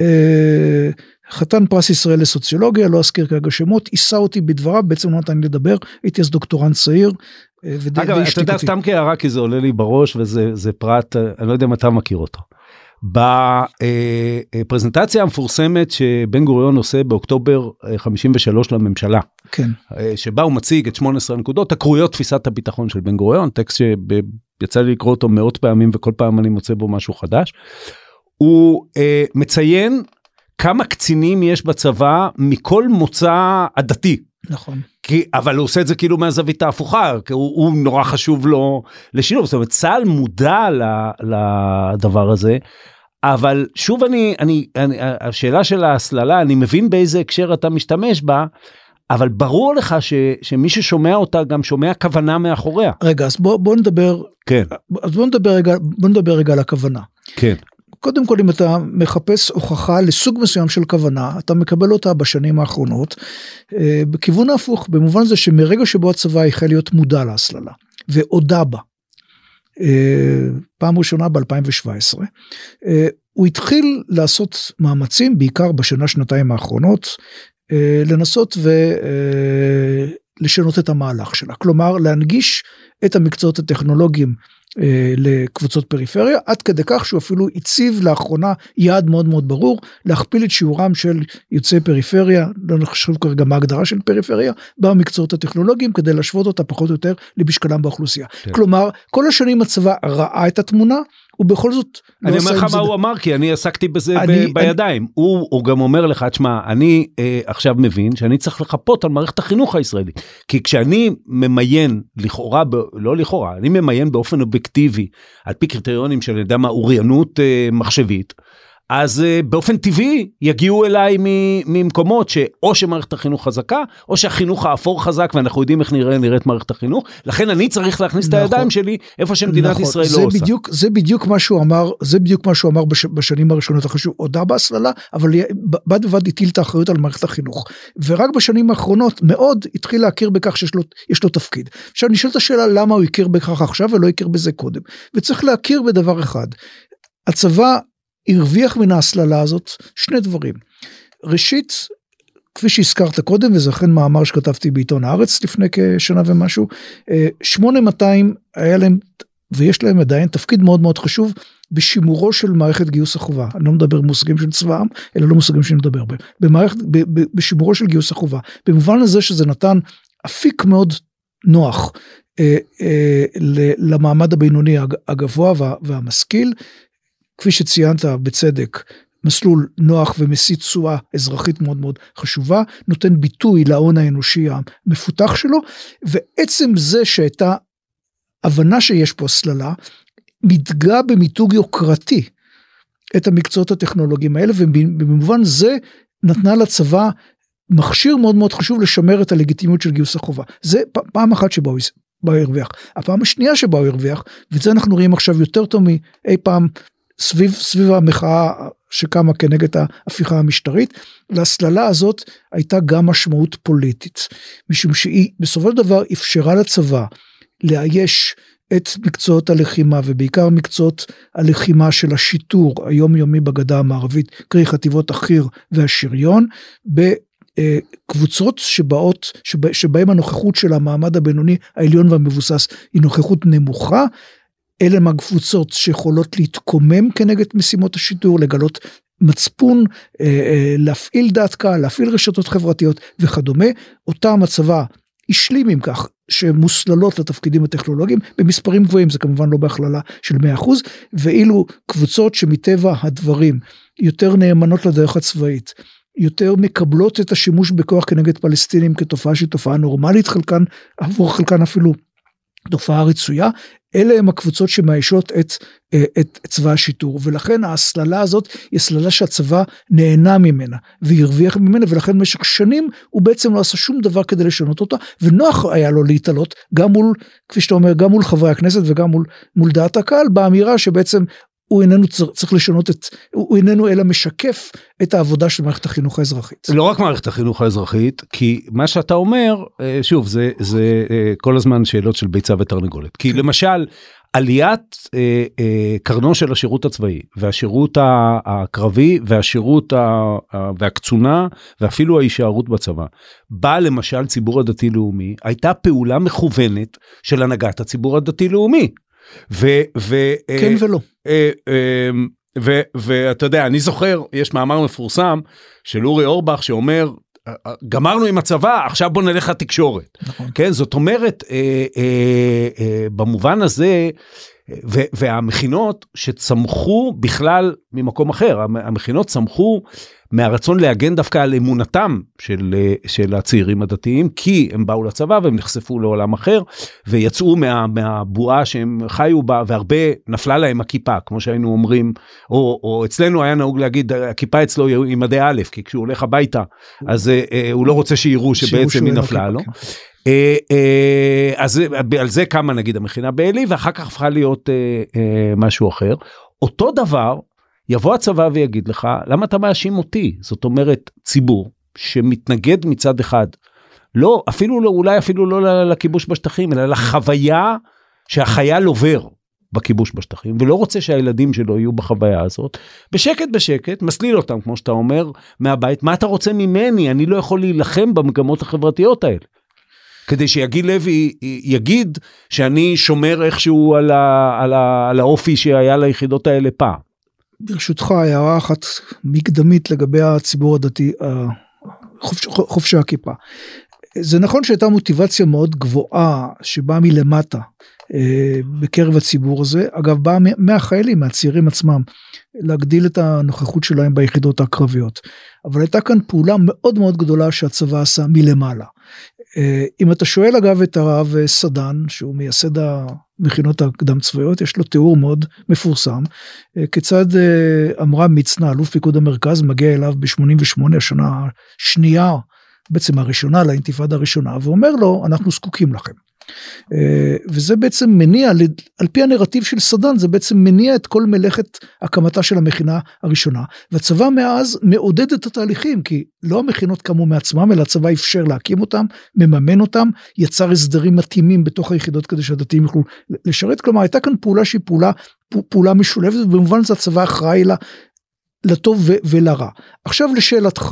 חתן פרס ישראל לסוציולוגיה, לא אזכיר כרגע שמות, עיסה אותי בדבריו, בעצם לא נתן לי לדבר, הייתי אז דוקטורנט צעיר, אגב, אתה יודע סתם כהערה, כי זה עולה לי בראש, וזה פרט, אני לא יודע אם אתה מכיר אותו. בפרזנטציה המפורסמת שבן גוריון עושה באוקטובר חמישים ושלוש לממשלה, כן. שבה הוא מציג את שמונה עשרה נקודות, הקרויות תפיסת הביטחון של בן גוריון, טקסט שיצא לי לקרוא אותו מאות פעמים וכל פעם אני מוצא בו משהו חדש, הוא אה, מציין כמה קצינים יש בצבא מכל מוצא עדתי. נכון. כי, אבל הוא עושה את זה כאילו מהזווית ההפוכה, כי הוא, הוא נורא חשוב לו לשילוב, זאת אומרת, צה"ל מודע לדבר הזה, אבל שוב אני, אני, אני, השאלה של ההסללה, אני מבין באיזה הקשר אתה משתמש בה, אבל ברור לך ש, שמי ששומע אותה גם שומע כוונה מאחוריה. רגע, אז בוא, בוא נדבר, כן. אז בוא נדבר רגע, בוא נדבר רגע על הכוונה. כן. קודם כל, אם אתה מחפש הוכחה לסוג מסוים של כוונה, אתה מקבל אותה בשנים האחרונות, בכיוון ההפוך, במובן זה שמרגע שבו הצבא החל להיות מודע להסללה, והודע בה, פעם ראשונה ב-אלפיים שבע עשרה, הוא התחיל לעשות מאמצים, בעיקר בשנה שנתיים האחרונות, לנסות ולשנות את המהלך שלה, כלומר להנגיש את המקצועות הטכנולוגיים לקבוצות פריפריה, עד כדי כך שהוא אפילו הציב לאחרונה יעד מאוד מאוד ברור, להכפיל את שיעורם של יוצאי פריפריה, לא נחשב כרגע מה ההגדרה של פריפריה, במקצועות הטכנולוגיים, כדי להשוות אותה פחות או יותר למשקלם באוכלוסייה. כן. כלומר, כל השנים הצבא ראה את התמונה, ובכל זאת אני אומר לך מה הוא אמר, כי אני עסקתי בזה אני, ב- בידיים. אני... הוא, הוא גם אומר לך, תשמע, אני אה, עכשיו מבין שאני צריך לחפות על מערכת החינוך הישראלית. כי כשאני ממיין לכאורה, ב- לא לכאורה, אני ממיין באופן אובייקטיבי, על פי קריטריונים של ידע מה, אוריינות אה, מחשבית, אז uh, באופן טבעי יגיעו אליי ממקומות שאו שמערכת החינוך חזקה, או שהחינוך האפור חזק, ואנחנו יודעים איך נראה, נראית מערכת החינוך, לכן אני צריך להכניס נכון. את הידיים שלי, איפה שמדינת נכון. ישראל לא עושה. בדיוק, זה בדיוק מה שהוא אמר, זה בדיוק מה שהוא אמר בש, בשנים הראשונות, אחרי שהוא הודע בהסללה, אבל בד בבד הטיל את האחריות על מערכת החינוך, ורק בשנים האחרונות מאוד התחיל להכיר בכך שיש לו, יש לו תפקיד. עכשיו נשאלת השאלה למה הוא הכיר בכך עכשיו, ולא הכיר בזה קודם, וצריך להכיר בדבר אחד, הצבא הרוויח מן ההסללה הזאת שני דברים. ראשית, כפי שהזכרת קודם, וזה אכן מאמר שכתבתי בעיתון הארץ לפני כשנה ומשהו, שמונה מאתיים היה להם, ויש להם עדיין תפקיד מאוד מאוד חשוב, בשימורו של מערכת גיוס החובה. אני לא מדבר מושגים של צבאם, אלא לא מושגים שאני מדבר בהם. במערכת, בשימורו של גיוס החובה. במובן הזה שזה נתן אפיק מאוד נוח, למעמד הבינוני הגבוה והמשכיל, כפי שציינת בצדק, מסלול נוח ומסיט תשואה אזרחית מאוד מאוד חשובה, נותן ביטוי להון האנושי המפותח שלו, ועצם זה שהייתה הבנה שיש פה הסללה, מתגע במיתוג יוקרתי את המקצועות הטכנולוגיים האלה, ובמובן זה נתנה לצבא מכשיר מאוד מאוד חשוב לשמר את הלגיטימיות של גיוס החובה. זה פעם אחת שבה הוא הוא הרוויח. הפעם השנייה שבה הוא הרוויח, ואת זה אנחנו רואים עכשיו יותר טוב מאי פעם, סביב, סביב המחאה שקמה כנגד ההפיכה המשטרית, להסללה הזאת הייתה גם משמעות פוליטית, משום שהיא בסופו של דבר אפשרה לצבא לאייש את מקצועות הלחימה, ובעיקר מקצועות הלחימה של השיטור היומיומי בגדה המערבית, קרי חטיבות החי"ר והשריון, בקבוצות שבאות, שבה, שבהם הנוכחות של המעמד הבינוני העליון והמבוסס היא נוכחות נמוכה, אלה מהקבוצות שיכולות להתקומם כנגד משימות השיטור, לגלות מצפון, להפעיל דעת קהל, להפעיל רשתות חברתיות וכדומה. אותם הצבא השלים עם כך שמוסללות לתפקידים הטכנולוגיים, במספרים גבוהים, זה כמובן לא בהכללה של מאה אחוז, ואילו קבוצות שמטבע הדברים יותר נאמנות לדרך הצבאית, יותר מקבלות את השימוש בכוח כנגד פלסטינים כתופעה שהיא תופעה נורמלית, חלקן, עבור חלקן אפילו תופעה רצויה, אלה הם הקבוצות שמאיישות את, את, את צבא השיטור, ולכן ההסללה הזאת היא הסללה שהצבא נהנה ממנה, והרוויח ממנה, ולכן במשך שנים הוא בעצם לא עשה שום דבר כדי לשנות אותה, ונוח היה לו להתעלות, גם מול, כפי שאתה אומר, גם מול חברי הכנסת, וגם מול, מול דעת הקהל, באמירה שבעצם הוא איננו צריך לשנות את, הוא איננו אלא משקף את העבודה של מערכת החינוך האזרחית. לא רק מערכת החינוך האזרחית, כי מה שאתה אומר, שוב, זה, זה כל הזמן שאלות של ביצה ותרנגולת. כי למשל, עליית קרנו של השירות הצבאי, והשירות הקרבי, והשירות והקצונה, ואפילו ההישארות בצבא, בא למשל ציבור הדתי-לאומי, הייתה פעולה מכוונת של הנהגת הציבור הדתי-לאומי. ו, ו, כן ולא. ואתה יודע, אני זוכר, יש מאמר מפורסם של אורי אורבך שאומר, גמרנו עם הצבא, עכשיו בוא נלך לתקשורת. נכון. כן, זאת אומרת, אה, אה, אה, במובן הזה, ו- והמכינות שצמחו בכלל ממקום אחר, המכינות צמחו מהרצון להגן דווקא על אמונתם של, של הצעירים הדתיים, כי הם באו לצבא והם נחשפו לעולם אחר, ויצאו מה, מהבועה שהם חיו בה, והרבה נפלה להם הכיפה, כמו שהיינו אומרים, או, או אצלנו היה נהוג להגיד, הכיפה אצלו היא מדי א', כי כשהוא הולך הביתה, אז אה, הוא לא רוצה שיראו שבעצם היא נפלה לו. אז על זה קמה נגיד המכינה בעלי, ואחר כך הפכה להיות משהו אחר. אותו דבר, יבוא הצבא ויגיד לך, למה אתה מאשים אותי? זאת אומרת, ציבור שמתנגד מצד אחד, לא, אפילו לא, אולי אפילו לא לכיבוש בשטחים, אלא לחוויה שהחייל עובר בכיבוש בשטחים, ולא רוצה שהילדים שלו יהיו בחוויה הזאת, בשקט בשקט, מסליל אותם, כמו שאתה אומר, מהבית, מה אתה רוצה ממני? אני לא יכול להילחם במגמות החברתיות האלה. כדי שיגיל לוי יגיד שאני שומר איכשהו על, ה, על, ה, על האופי שהיה ליחידות האלה פעם. ברשותך, הערה אחת מקדמית לגבי הציבור הדתי, חופש, חופשי הכיפה. זה נכון שהייתה מוטיבציה מאוד גבוהה שבאה מלמטה בקרב הציבור הזה, אגב באה מהחיילים, מהצעירים עצמם, להגדיל את הנוכחות שלהם ביחידות הקרביות. אבל הייתה כאן פעולה מאוד מאוד גדולה שהצבא עשה מלמעלה. אם אתה שואל אגב את הרב סדן, שהוא מייסד המכינות הקדם צבאיות, יש לו תיאור מאוד מפורסם, כיצד עמרם מצנע, אלוף פיקוד המרכז, מגיע אליו ב-שמונים ושמונה, השנה השנייה, בעצם הראשונה, לאינתיפאדה הראשונה, ואומר לו, אנחנו זקוקים לכם. וזה בעצם מניע, על פי הנרטיב של סדן, זה בעצם מניע את כל מלאכת הקמתה של המכינה הראשונה, והצבא מאז מעודד את התהליכים, כי לא המכינות קמו מעצמם, אלא הצבא אפשר להקים אותם, מממן אותם, יצר הסדרים מתאימים בתוך היחידות, כדי שהדתיים יוכלו לשרת, כלומר הייתה כאן פעולה שהיא פעולה, פעולה משולבת, ובמובן זה הצבא אחראי לה, לטוב ולרע. עכשיו לשאלתך,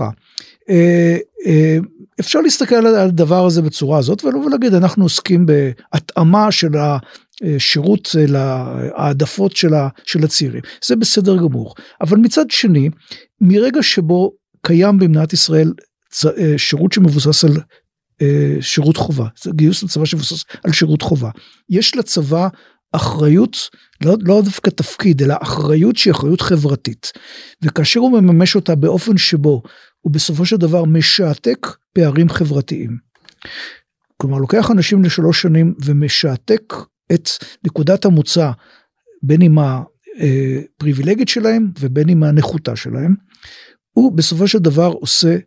אפשר להסתכל על הדבר הזה בצורה הזאת, ולהגיד, אנחנו עוסקים בהתאמה של השירות להעדפות של הצעירים. זה בסדר גמור. אבל מצד שני, מרגע שבו קיים במדינת ישראל שירות שמבוסס על שירות חובה, גיוס לצבא שמבוסס על שירות חובה, יש לצבא אחריות, לא, לא דווקא תפקיד, אלא אחריות שהיא אחריות חברתית. וכאשר הוא מממש אותה באופן שבו, הוא בסופו של דבר משעתק פערים חברתיים. כלומר, לוקח אנשים לשלוש שנים ומשעתק את נקודת המוצא, בין עם הפריבילגית שלהם ובין עם הנחותה שלהם, הוא בסופו של דבר עושה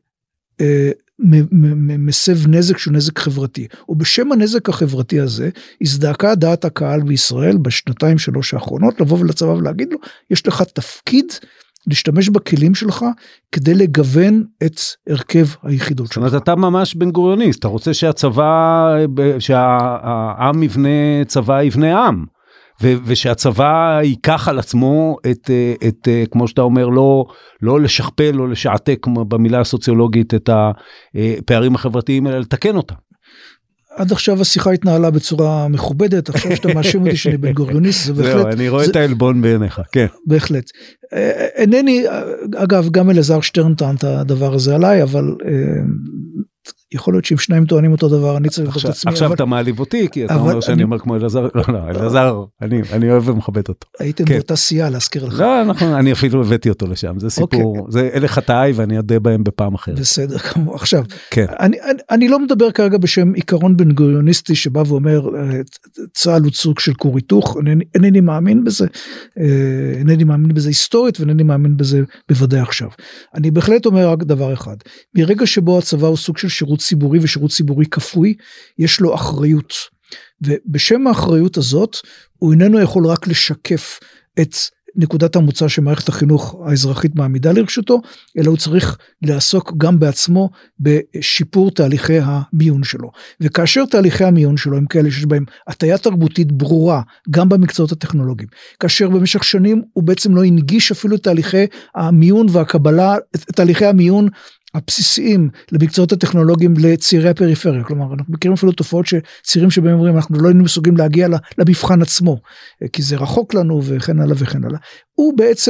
מסב נזק שהוא נזק חברתי, ובשם הנזק החברתי הזה, הזדעקה דעת הקהל בישראל בשנתיים שלוש האחרונות, לבוא ולצבא ולהגיד לו, יש לך תפקיד להשתמש בכלים שלך, כדי לגוון את הרכב היחידות שלך. זאת אומרת, אתה ממש בן גוריוניסט, אתה רוצה שהצבא, שהעם יבנה צבא, יבנה עם. ושהצבא ייקח על עצמו את, את, כמו שאתה אומר, לא, לא לשכפל, לא לשעתק במילה הסוציולוגית את הפערים החברתיים, אלא לתקן אותם. עד עכשיו השיחה התנהלה בצורה מכובדת, עכשיו שאתה מאשים אותי שאני בן גוריוניסט, זה בהחלט... זהו, אני רואה את העלבון בעיניך, כן. בהחלט. אינני, אגב, גם אלעזר שטרן טען את הדבר הזה עליי, אבל... יכול להיות שאם שניים טוענים אותו דבר, אני צריך לבדוק את עצמי. עכשיו אתה מעליב אותי, כי אתה אומר שאני אומר כמו אלעזר, לא, לא, אלעזר, אני אוהב ומכבד אותו. הייתם באותה סיעה להזכיר לך. לא, נכון, אני אפילו הבאתי אותו לשם, זה סיפור, אלה חטאיי ואני אודה בהם בפעם אחרת. בסדר, כמו, עכשיו, אני לא מדבר כרגע בשם עיקרון בן גוריוניסטי, שבא ואומר, צה"ל הוא סוג של כור היתוך, אינני מאמין בזה, אינני מאמין בזה היסטורית, ואינני מאמין בזה בוודאי עכשיו. אני בהחלט אומר רק דבר אחד, מרגע שבו הצבא הוא סוג של שירות ציבורי ושירות ציבורי כפוי, יש לו אחריות, ובשם האחריות הזאת, הוא איננו יכול רק לשקף את נקודת המוצא שמערכת החינוך האזרחית מעמידה לרשותו, אלא הוא צריך לעסוק גם בעצמו בשיפור תהליכי המיון שלו. וכאשר תהליכי המיון שלו הם כאלה שיש בהם הטיה תרבותית ברורה, גם במקצועות הטכנולוגיים, כאשר במשך שנים הוא בעצם לא הנגיש אפילו תהליכי המיון והקבלה, תהליכי המיון הבסיסיים למקצועות הטכנולוגיים לצעירי הפריפריה, כלומר אנחנו מכירים אפילו תופעות שצעירים שבהם אומרים אנחנו לא היינו מסוגלים להגיע למבחן עצמו, כי זה רחוק לנו וכן הלאה וכן הלאה, הוא בעצם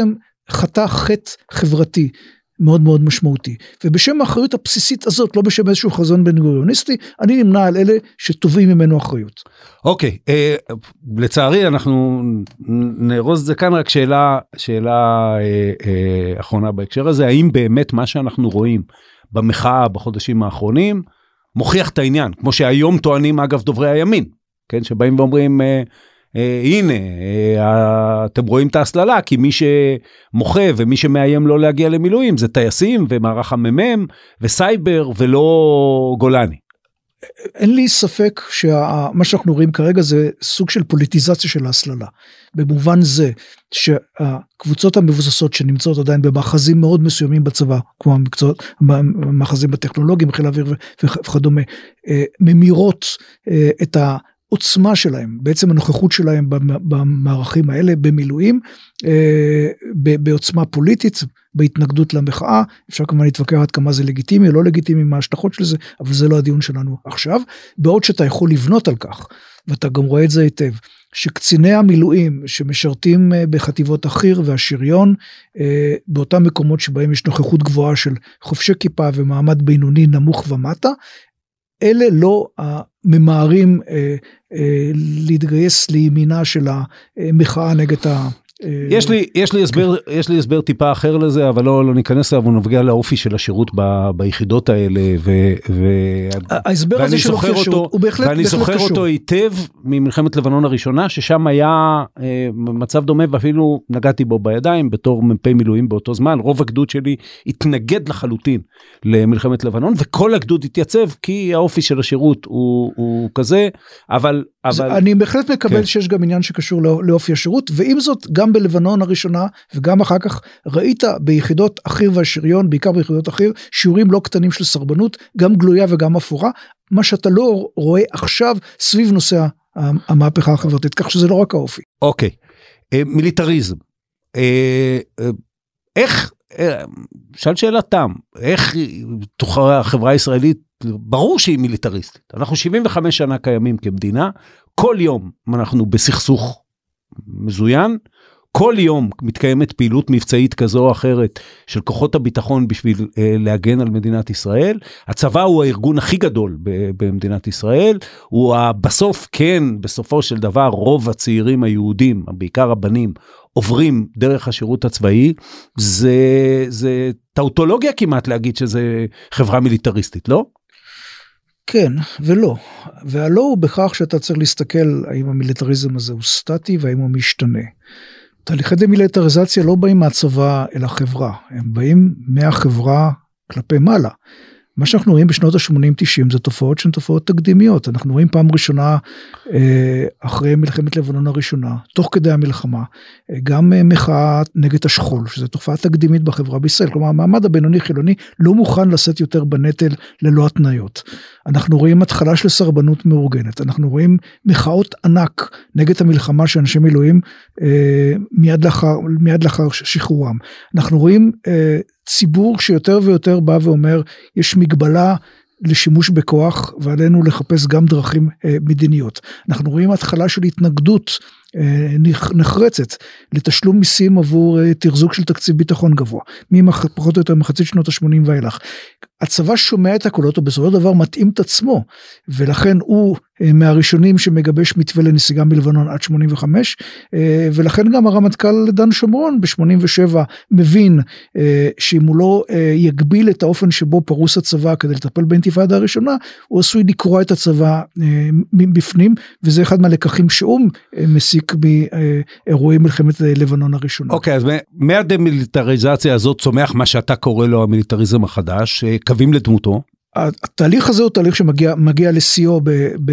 חטא חטא חברתי מאוד מאוד משמעותי, ובשם האחריות הבסיסית הזאת, לא בשם איזשהו חזון בן-גוריוניסטי, אני נמנע על אלה שטובים ממנו אחריות. אוקיי, אה, לצערי אנחנו נרוז את זה כאן, רק שאלה, שאלה אה, אה, אחרונה בהקשר הזה, האם באמת מה שאנחנו רואים במחאה בחודשים האחרונים, מוכיח את העניין, כמו שהיום טוענים אגב דוברי הימין, כן, שבאים ואומרים, אה, אה, הנה, אה, אתם רואים את ההסללה, כי מי שמוחה ומי שמאיים לא להגיע למילואים, זה טייסים ומערך הממם וסייבר ולא גולני. אין לי ספק שמה שאנחנו רואים כרגע זה סוג של פוליטיזציה של ההסללה, במובן זה שהקבוצות המבוססות שנמצאות עדיין במאחזים מאוד מסוימים בצבא, כמו המקצועות, המאחזים בטכנולוגיים, חיל האוויר וכדומה, ממירות את העוצמה שלהם, בעצם הנוכחות שלהם במערכים האלה, במילואים, בעוצמה פוליטית, בהתנגדות למחאה, אפשר כמובן להתווכח עד כמה זה לגיטימי או לא לגיטימי, מה ההשלכות של זה, אבל זה לא הדיון שלנו עכשיו, בעוד שאתה יכול לבנות על כך, ואתה גם רואה את זה היטב, שקציני המילואים שמשרתים בחטיבות החי"ר והשריון, באותם מקומות שבהם יש נוכחות גבוהה של חובשי כיפה ומעמד בינוני נמוך ומטה, אלה לא הממהרים להתגייס לימינה של המחאה נגד ה... יש לי, יש לי הסבר, יש לי הסבר טיפה אחר לזה, אבל לא, לא ניכנס אליו, הוא נוגע לאופי של השירות ב, ביחידות האלה, ו, ו, ההסבר הזה של אופי השירות, הוא בהחלט, ואני זוכר אותו היטב ממלחמת לבנון הראשונה, ששם היה אה, מצב דומה, ואפילו נגעתי בו בידיים, בתור מ"פ מילואים באותו זמן, רוב הגדוד שלי התנגד לחלוטין למלחמת לבנון, וכל הגדוד התייצב, כי האופי של השירות הוא, הוא כזה, אבל... אבל... אני בהחלט מקבל כן. שיש גם עניין שקשור לא, לאופי השירות, ועם זאת, גם בלבנון הראשונה, וגם אחר כך, ראית ביחידות החי"ר והשריון, בעיקר ביחידות החי"ר, שיעורים לא קטנים של סרבנות, גם גלויה וגם אפורה, מה שאתה לא רואה עכשיו, סביב נושא המהפכה החברתית, כך שזה לא רק האופי. אוקיי, מיליטריזם, איך, שאל שאלת תם, איך תוכל החברה הישראלית, ברור שהיא מיליטריסטית, אנחנו שבעים וחמש שנה קיימים כמדינה, כל יום אנחנו בסכסוך מזוין, כל יום מתקיימת פעילות מבצעית כזו או אחרת של כוחות הביטחון בשביל אה, להגן על מדינת ישראל, הצבא הוא הארגון הכי גדול ב- במדינת ישראל, הוא בסוף כן, בסופו של דבר רוב הצעירים היהודים, בעיקר הבנים, עוברים דרך השירות הצבאי, זה, זה טאוטולוגיה כמעט להגיד שזה חברה מיליטריסטית, לא? כן ולא, והלא הוא בכך שאתה צריך להסתכל האם המיליטריזם הזה הוא סטטי והאם הוא משתנה. תהליכי דמיליטריזציה לא באים מהצבא אל החברה, הם באים מהחברה כלפי מעלה. מה שאנחנו רואים בשנות ה-שמונים תשעים זה תופעות שהן תופעות תקדימיות, אנחנו רואים פעם ראשונה אחרי מלחמת לבנון הראשונה, תוך כדי המלחמה, גם מחאה נגד השכול, שזו תופעה תקדימית בחברה בישראל, כלומר המעמד הבינוני חילוני לא מוכן לשאת יותר בנטל ללא התניות. אנחנו רואים התחלה של סרבנות מאורגנת, אנחנו רואים מחאות ענק נגד המלחמה של אנשי מילואים מיד לאחר, מיד לאחר שחרורם. אנחנו רואים ציבור שיותר ויותר בא ואומר, יש מגבלה לשימוש בכוח, ועלינו לחפש גם דרכים אה, מדיניות. אנחנו רואים התחלה של התנגדות אה, נחרצת, לתשלום מיסים עבור אה, תרזוק של תקציב ביטחון גבוה, פחות או יותר מחצית שנות ה-שמונים ואילך. הצבא שומע את הקולות, ובסופו של דבר מתאים את עצמו, ולכן הוא אה, מהראשונים שמגבש מתווה לנסיגה מלבנון עד שמונים וחמש, אה, ולכן גם הרמטכ"ל דן שומרון ב-שמונים ושבע מבין אה, שאם הוא לא אה, יגביל את האופן שבו פרוס הצבא כדי לטפל באינתיפאדה הראשונה, הוא עשוי לקרוע את הצבא אה, מבפנים, וזה אחד מהלקחים שאום אה, מסיק מאירועי מלחמת לבנון הראשונה. אוקיי, אז מהדמיליטריזציה הזאת צומח מה שאתה קורא לו המיליטריזם החדש, קווים לדמותו. התהליך הזה הוא תהליך שמגיע מגיע לסיוע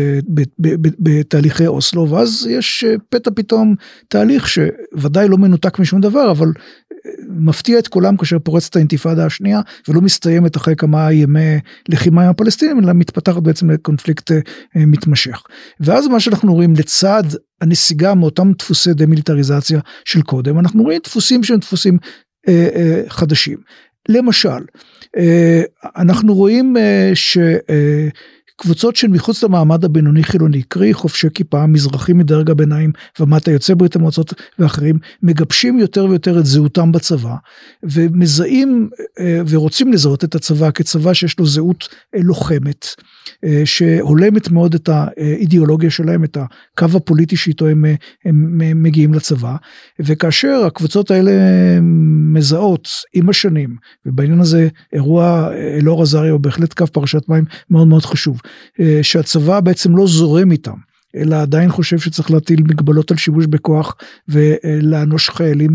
בתהליכי אוסלו, ואז יש פתע פתאום תהליך שוודאי לא מנותק משום דבר, אבל מפתיע את כולם כאשר פורצת האינתיפאדה השנייה, ולא מסתיימת אחרי כמה ימי לחימה עם הפלסטינים, אלא מתפתחת בעצם לקונפליקט מתמשך. ואז מה שאנחנו רואים לצד הנסיגה מאותם דפוסי דמיליטריזציה של קודם, אנחנו רואים דפוסים שהם דפוסים אה, אה, חדשים. למשל, אנחנו רואים קבוצות של מחוץ למעמד הבינוני חילוני, קרי חופשי כיפה, מזרחים מדרג הביניים, ומטה יוצא ברית המועצות ואחרים, מגבשים יותר ויותר את זהותם בצבא, ומזהים ורוצים לזהות את הצבא כצבא שיש לו זהות לוחמת, שהולמת מאוד את האידיאולוגיה שלהם, את הקו הפוליטי שאיתו הם, הם מגיעים לצבא, וכאשר הקבוצות האלה מזהות עם השנים, ובעניין הזה אירוע אלאור עזריה הוא בהחלט קו פרשת מים מאוד מאוד חשוב, שהצבא בעצם לא זורם איתם, אלא עדיין חושב שצריך להטיל מגבלות על שימוש בכוח, ולאנוש חיילים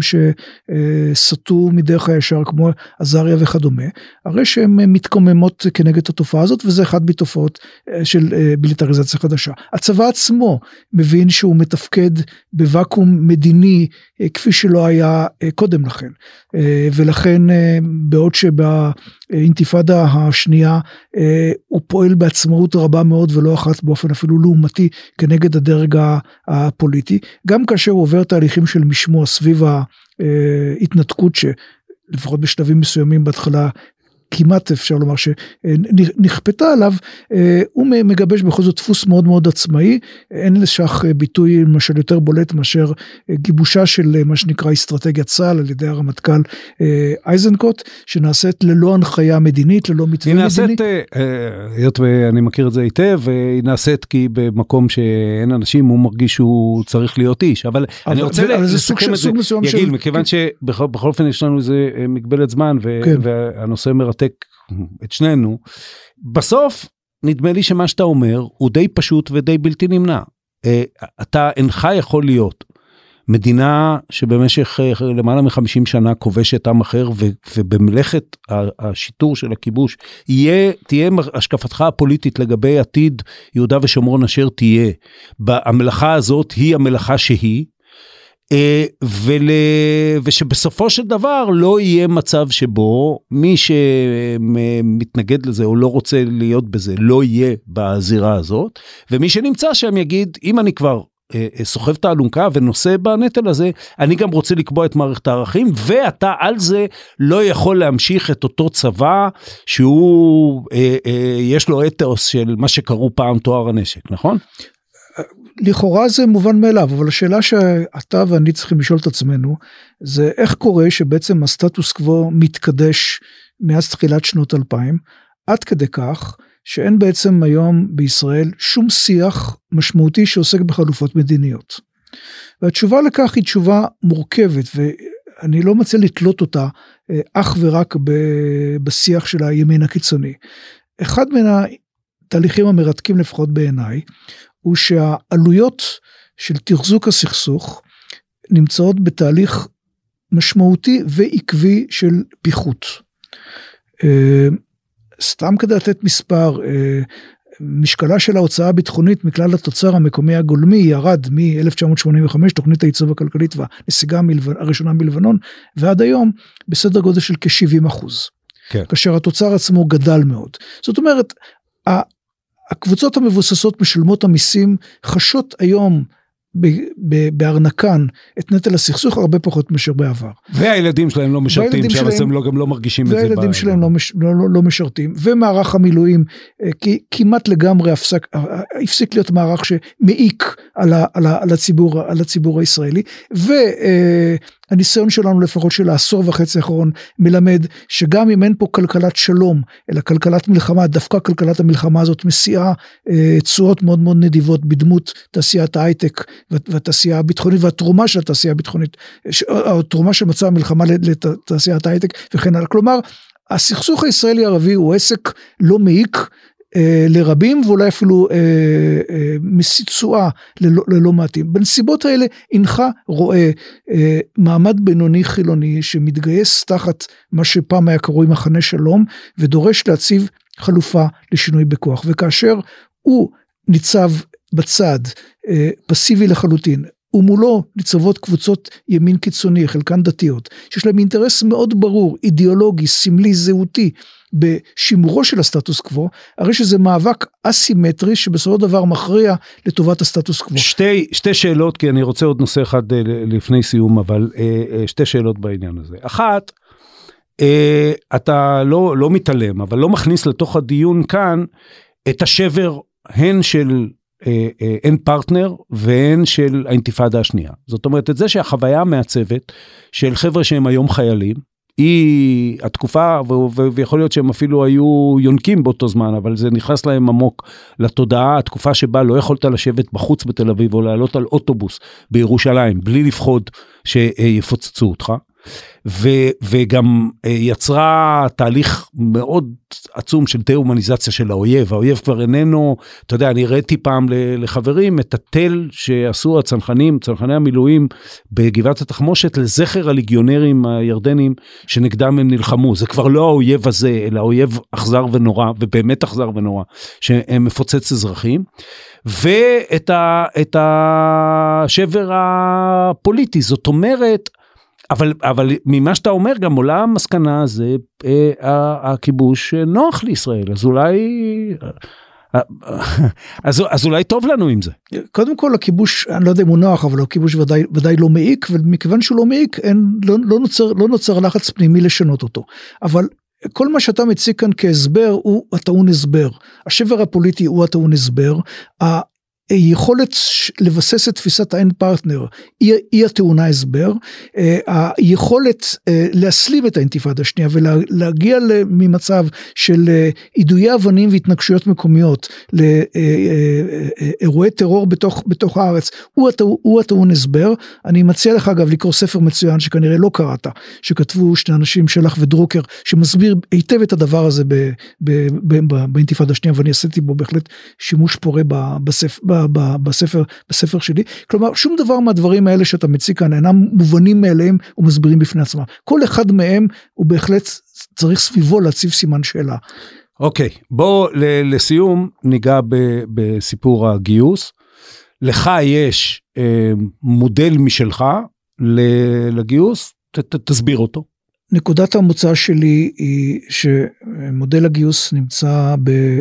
שסטו מדרך הישר, כמו עזריה וכדומה, הרי שהן מתקוממות כנגד התופעה הזאת, וזה אחד מתופעות של מיליטריזציה חדשה. הצבא עצמו מבין שהוא מתפקד בוואקום מדיני, כפי שלא היה קודם לכן, ולכן בעוד שבאינתיפאדה השנייה, הוא פועל בעצמאות רבה מאוד, ולא אחת באופן אפילו לעומתי, כנגד הדרג הפוליטי, גם כאשר הוא עובר תהליכים של משמוע סביב ההתנתקות, שלפחות בשלבים מסוימים בהתחלה, כמעט אפשר לומר שנכפתה עליו, הוא מגבש בכל זאת דפוס מאוד מאוד עצמאי, אין לשך ביטוי למשל יותר בולט מאשר גיבושה של מה שנקרא אסטרטגיית צה"ל על ידי הרמטכ"ל אייזנקוט, שנעשית ללא הנחיה מדינית, ללא מתווה מדיני. היא נעשית, היות ואני מכיר את זה היטב, היא נעשית כי במקום שאין אנשים הוא מרגיש שהוא צריך להיות איש, אבל אני רוצה לסכם את זה, יגיל, מכיוון שבכל אופן יש לנו איזה מגבלת זמן, והנושא מרתק את שנינו, בסוף נדמה לי שמה שאתה אומר הוא די פשוט ודי בלתי נמנע. אתה אינך יכול להיות מדינה שבמשך למעלה מ-חמישים שנה כובשת עם אחר, ובמלאכת השיטור של הכיבוש יהיה, תהיה השקפתך הפוליטית לגבי עתיד יהודה ושומרון אשר תהיה, המלאכה הזאת היא המלאכה שהיא, ול... ושבסופו של דבר לא יהיה מצב שבו מי שמתנגד לזה או לא רוצה להיות בזה לא יהיה בזירה הזאת, ומי שנמצא שם יגיד, אם אני כבר סוחב את האלונקה ונושא בנטל הזה, אני גם רוצה לקבוע את מערכת הערכים, ואתה על זה לא יכול להמשיך את אותו צבא שהוא, יש לו אתוס של מה שקראו פעם תואר הנשק, נכון? לכאורה זה מובן מאליו, אבל השאלה שאתה ואני צריכים לשאול את עצמנו, זה איך קורה שבעצם הסטטוס קוו מתקדש מאז תחילת שנות אלפיים, עד כדי כך שאין בעצם היום בישראל שום שיח משמעותי שעוסק בחלופות מדיניות. והתשובה לכך היא תשובה מורכבת, ואני לא מצא לתלות אותה אך ורק בשיח של הימין הקיצוני. אחד מן התהליכים המרתקים לפחות בעיניי, הוא שהעלויות של תחזוק הסכסוך נמצאות בתהליך משמעותי ועקבי של פיחות. סתם כדי לתת מספר, משקלה של ההוצאה הביטחונית מכלל התוצר המקומי הגולמי ירד מ-אלף תשע מאות שמונים וחמש, תוכנית העיצוב הכלכלית והנסיגה הראשונה מלבנון, ועד היום בסדר גודל של כ-שבעים אחוז. כן. כאשר התוצר עצמו גדל מאוד. זאת אומרת, הקבוצות המבוססות משלמות המיסים חשות היום בארנקן את נטל הסכסוך הרבה פחות מאשר בעבר. והילדים שלהם לא משרתים, שהם לא, גם לא מרגישים את זה. והילדים שלהם לא, לא, לא משרתים, ומערך המילואים כמעט לגמרי הפסק, הפסיק להיות מערך שמעיק על, ה, על, ה, על, הציבור, על הציבור הישראלי, והניסיון שלנו לפחות של העשור וחצי האחרון מלמד שגם אם אין פה כלכלת שלום, אלא כלכלת מלחמה, דווקא כלכלת המלחמה הזאת מסיעה צורות מאוד מאוד נדיבות בדמות תעשיית ההייטק והתעשייה הביטחונית, והתרומה של התעשייה הביטחונית, התרומה של מצב המלחמה לתעשיית ההייטק וכן הלאה. כלומר, הסכסוך הישראלי ערבי הוא עסק לא מעיק אה, לרבים, ואולי אפילו אה, אה, מסיצועה ללא, ללא מעטים. בנסיבות האלה אינך רואה אה, מעמד בינוני חילוני שמתגייס תחת מה שפעם היה קרוי מחנה שלום, ודורש להציב חלופה לשינוי בכוח. וכאשר הוא ניצב בצד, אה, פסיבי לחלוטין, ומולו ניצבות קבוצות ימין קיצוני, חלקן דתיות, שיש להם אינטרס מאוד ברור, אידיאולוגי, סמלי, זהותי, בשימורו של הסטטוס קוו, הרי שזה מאבק אסימטרי, שבסופו דבר מכריע לטובת הסטטוס קוו. שתי, שתי שאלות, כי אני רוצה עוד נושא אחד לפני סיום, אבל שתי שאלות בעניין הזה. אחת, אתה לא, לא מתעלם, אבל לא מכניס לתוך הדיון כאן, את השבר הן של אין פרטנר והן של האינתיפאדה השנייה. זאת אומרת, את זה שהחוויה המעצבת של חבר'ה שהם היום חיילים, היא התקופה, ויכול להיות שהם אפילו היו יונקים באותו זמן, אבל זה נכנס להם עמוק לתודעה, התקופה שבה לא יכולת לשבת בחוץ בתל אביב, או לעלות על אוטובוס בירושלים, בלי לפחוד שיפוצצו אותך, ו- וגם יצרה תהליך מאוד עצום של דה-הומניזציה של האויב, האויב כבר איננו, אתה יודע, אני ראיתי פעם לחברים את התל שעשו הצנחנים, צנחני המילואים בגבעת התחמושת, לזכר הליגיונרים הירדנים שנגדם הם נלחמו, זה כבר לא האויב הזה, אלא האויב אכזר ונורא, ובאמת אכזר ונורא, שמפוצץ אזרחים, ואת ה- את השבר הפוליטי, זאת אומרת, אבל, אבל ממה שאתה אומר, גם עולה המסקנה הזה, אה, הכיבוש נוח לישראל, אז אולי, אה, אז, אז אולי טוב לנו עם זה. קודם כל, הכיבוש, אני לא יודע אם הוא נוח, אבל הכיבוש ודאי, ודאי לא מעיק, ומכיוון שהוא לא מעיק, אין, לא, לא נוצר, לא נוצר לחץ פנימי לשנות אותו. אבל כל מה שאתה מציג כאן כהסבר, הוא הטעון הסבר. השבר הפוליטי הוא הטעון הסבר. היכולת לבסס את תפיסת האין פרטנר היא, היא הטעונה הסבר, היכולת להסלים את האינתיפאדה השנייה ולהגיע ממצב של עידויי אבנים והתנגשויות מקומיות לאירועי טרור בתוך, בתוך הארץ, הוא, הטעון, הוא הטעון הסבר. אני מציע לך אגב לקרוא ספר מצוין שכנראה לא קראת, שכתבו שני אנשים שלח ודרוקר, שמסביר היטב את הדבר הזה ב, ב, ב, ב, באינתיפאדה השנייה, ואני עשיתי בו בהחלט שימוש פורה בספר, בספר, בספר שלי. כלומר, שום דבר מהדברים האלה שאתה מציג כאן אינם מובנים מאליהם ומסבירים בפני עצמם. כל אחד מהם הוא בהחלט צריך סביבו להציב סימן שאלה. אוקיי, בוא לסיום ניגע בסיפור הגיוס. לך יש אה, מודל משלך לגיוס, ת, ת, תסביר אותו. נקודת המוצא שלי היא שמודל הגיוס נמצא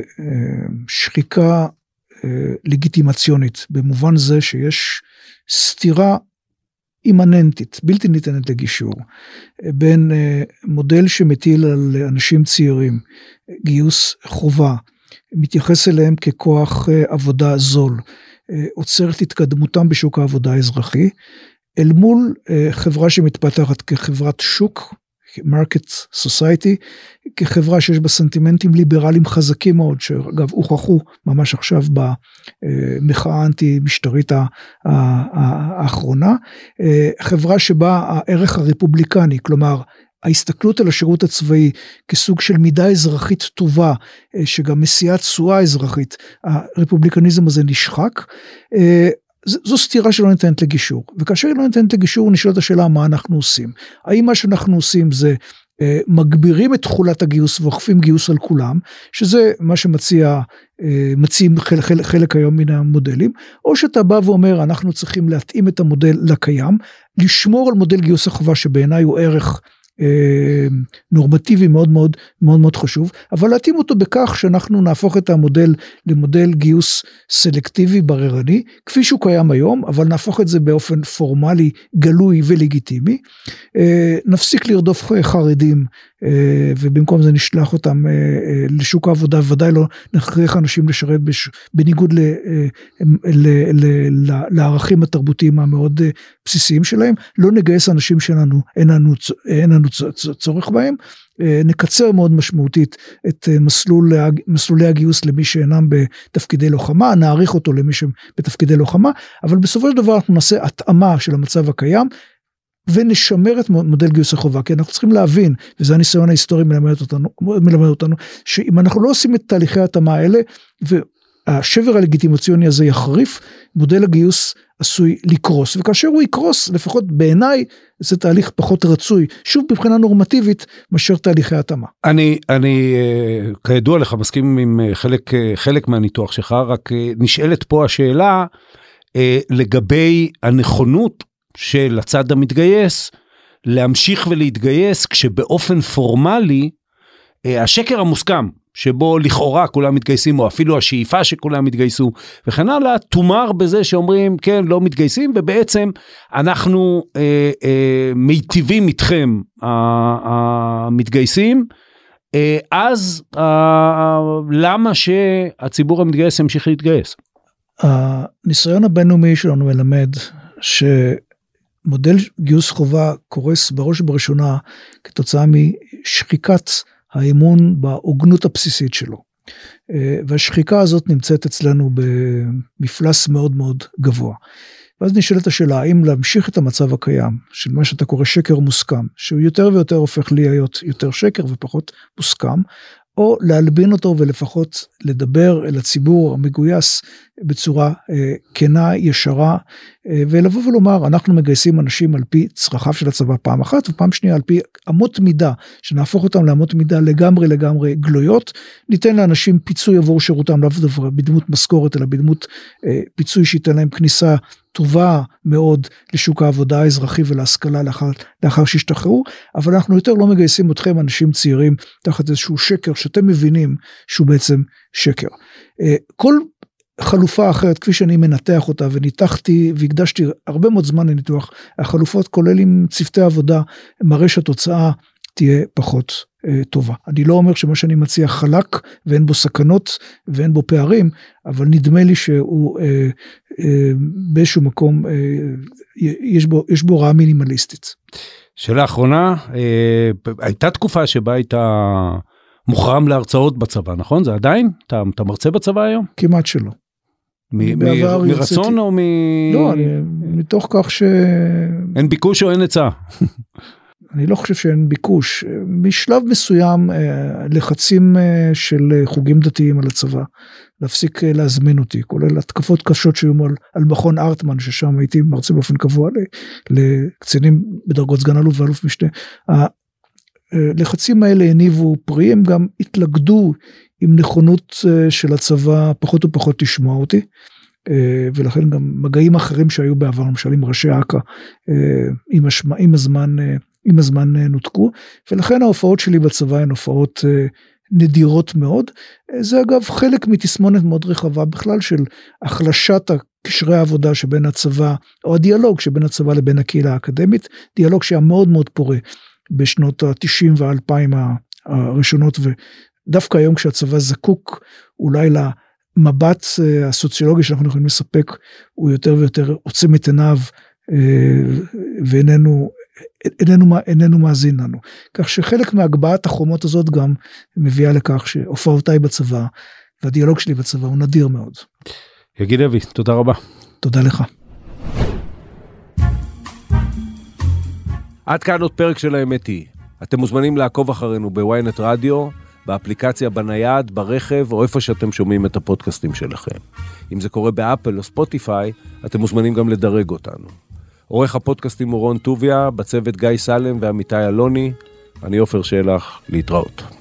בשחיקה לגיטימציונית, במובן זה שיש סתירה אימננטית, בלתי ניתנת לגישור, בין מודל שמטיל על אנשים צעירים, גיוס חובה, מתייחס אליהם ככוח עבודה זול, עוצר את התקדמותם בשוק העבודה האזרחי, אל מול חברה שמתפתחת כחברת שוק, market society, כחברה שיש בה סנטימנטים ליברליים חזקים מאוד, שאגב הוכחו ממש עכשיו במחאה האנטי משטרית האחרונה, חברה שבה הערך הרפובליקני, כלומר ההסתכלות על השירות הצבאי כסוג של מידה אזרחית טובה, שגם מסיעה תשואה אזרחית, הרפובליקניזם הזה נשחק, זו סתירה שלא ניתנת לגישור, וכאשר היא לא ניתנת לגישור נשאלת השאלה מה אנחנו עושים. האם מה שאנחנו עושים זה אה, מגבירים את תחולת הגיוס ואוכפים גיוס על כולם, שזה מה שמציע, אה, מציעים חלק, חלק, חלק היום מן המודלים, או שאתה בא ואומר אנחנו צריכים להתאים את המודל לקיים, לשמור על מודל גיוס החובה שבעיניי הוא ערך נורמטיבי מאוד מאוד מאוד מאוד חשוב, אבל להתאים אותו בכך שאנחנו נהפוך את המודל למודל גיוס סלקטיבי בררני, כפי שהוא קיים היום, אבל נהפוך את זה באופן פורמלי, גלוי ולגיטימי, נפסיק לרדוף חרדים, ובמקום זה נשלח אותם לשוק העבודה, ודאי לא נכריח אנשים לשרת בניגוד לערכים התרבותיים המאוד בסיסיים שלהם, לא נגייס אנשים שלנו, אין לנו, אין לנו צורך בהם, נקצר מאוד משמעותית את מסלול, מסלולי הגיוס למי שאינם בתפקידי לוחמה, נעריך אותו למי שבתפקידי לוחמה, אבל בסופו של דבר אנחנו נעשה התאמה של המצב הקיים, ונשמר את מודל גיוס החובה, כי אנחנו צריכים להבין, וזה הניסיון ההיסטורי מלמד אותנו, מלמד אותנו, שאם אנחנו לא עושים את תהליכי ההתאמה האלה, והשבר הלגיטימציוני הזה יחריף, מודל הגיוס עשוי לקרוס, וכאשר הוא יקרוס, לפחות בעיניי, זה תהליך פחות רצוי, שוב מבחינה נורמטיבית, מאשר תהליכי ההתאמה. אני, אני, כידוע לך, מסכים עם חלק, חלק מהניתוח שלך, רק נשאלת פה השאלה, לגבי הנכונות של הצד המתגייס, להמשיך ולהתגייס, כשבאופן פורמלי, השקר המוסכם, שבו לכאורה כולם מתגייסים, או אפילו השאיפה שכולם מתגייסו, וכן הלאה, תומר בזה שאומרים, כן, לא מתגייסים, ובעצם אנחנו אה, אה, מיטיבים איתכם, המתגייסים, אז למה שהציבור המתגייס ימשיך להתגייס? הניסיון הבינלאומי שלנו מלמד שמודל גיוס חובה קורס בראש ובראשונה כתוצאה משחיקת האמון בהוגנות הבסיסית שלו. והשחיקה הזאת נמצאת אצלנו במפלס מאוד מאוד גבוה. ואז נשאלת השאלה, האם להמשיך את המצב הקיים, של מה שאתה קורא שקר מוסכם, שהוא יותר ויותר הופך להיות יותר שקר ופחות מוסכם, או להלבין אותו ולפחות לדבר אל הציבור המגויס בצורה אה, כנה, ישרה, אה, ולבוא ולומר, אנחנו מגייסים אנשים על פי צרכיו של הצבא פעם אחת, ופעם שנייה על פי אמות מידה, שנהפוך אותם לאמות מידה לגמרי לגמרי גלויות, ניתן לאנשים פיצוי עבור שירותם, לאו דווקא בדמות משכורת, אלא בדמות אה, פיצוי שייתן להם כניסה טובה מאוד לשוק העבודה האזרחי ולהשכלה לאחר, לאחר שהשתחררו, אבל אנחנו יותר לא מגייסים אתכם אנשים צעירים תחת איזשהו שקר שאתם מבינים שהוא בעצם שקר. כל חלופה אחרת, כפי שאני מנתח אותה וניתחתי והקדשתי הרבה מאוד זמן לניתוח, החלופות כולל עם צוותי עבודה, מראה שהתוצאה תהיה פחות אה, טובה. אני לא אומר שמה שאני מציע חלק ואין בו סכנות ואין בו פערים, אבל נדמה לי שהוא אה, אה, באיזשהו מקום, אה, יש בו, יש בו רעה מינימליסטית. שאלה אחרונה, אה, הייתה תקופה שבה הייתה מוחרם להרצאות בצבא, נכון? זה עדיין? אתה, אתה מרצה בצבא היום? כמעט שלא. מ- מ- מרצון או מ... לא, אני, מתוך כך ש... אין ביקוש או אין הצעה? אני לא חושב שאין ביקוש. משלב מסוים, לחצים של חוגים דתיים על הצבא, להפסיק להזמין אותי, כולל התקפות קשות שהיו על, על מכון ארטמן, ששם הייתי מרצה באופן קבוע לקצינים בדרגות סגן אלוף ואלוף משנה. הלחצים האלה הניבו פרי, הם גם התלכדו עם נכונות של הצבא פחות ופחות לשמוע אותי, ולכן גם מגעים אחרים שהיו בעבר, למשל עם ראשי אכ"א, עם, השמה, עם הזמן, עם הזמן נותקו, ולכן ההופעות שלי בצבא הן הופעות נדירות מאוד. זה אגב חלק מתסמונת מאוד רחבה בכלל של החלשת קשרי העבודה שבין הצבא, או הדיאלוג שבין הצבא לבין הקהילה האקדמית, דיאלוג שהיה מאוד מאוד פורה בשנות ה-תשעים וה-אלפיים הראשונות, ודווקא היום כשהצבא זקוק אולי למבט הסוציולוגי שאנחנו יכולים לספק, הוא יותר ויותר עוצם את עיניו, ואיננו איננו, איננו מאזין לנו. כך שחלק מהגבהת החומות הזאת גם מביאה לכך שהופעותיי בצבא, והדיאלוג שלי בצבא הוא נדיר מאוד. יגיד לוי, תודה רבה. תודה לך. עד כאן עוד פרק של האמת היא. אתם מוזמנים לעקוב אחרינו בוויינט רדיו, באפליקציה בנייד, ברכב, או איפה שאתם שומעים את הפודקאסטים שלכם. אם זה קורה באפל או ספוטיפיי, אתם מוזמנים גם לדרג אותנו. עורך הפודקאסטים הוא רון טוביה, בצוות גיא סלם ועמיתי אלוני, אני עופר שלח, להתראות.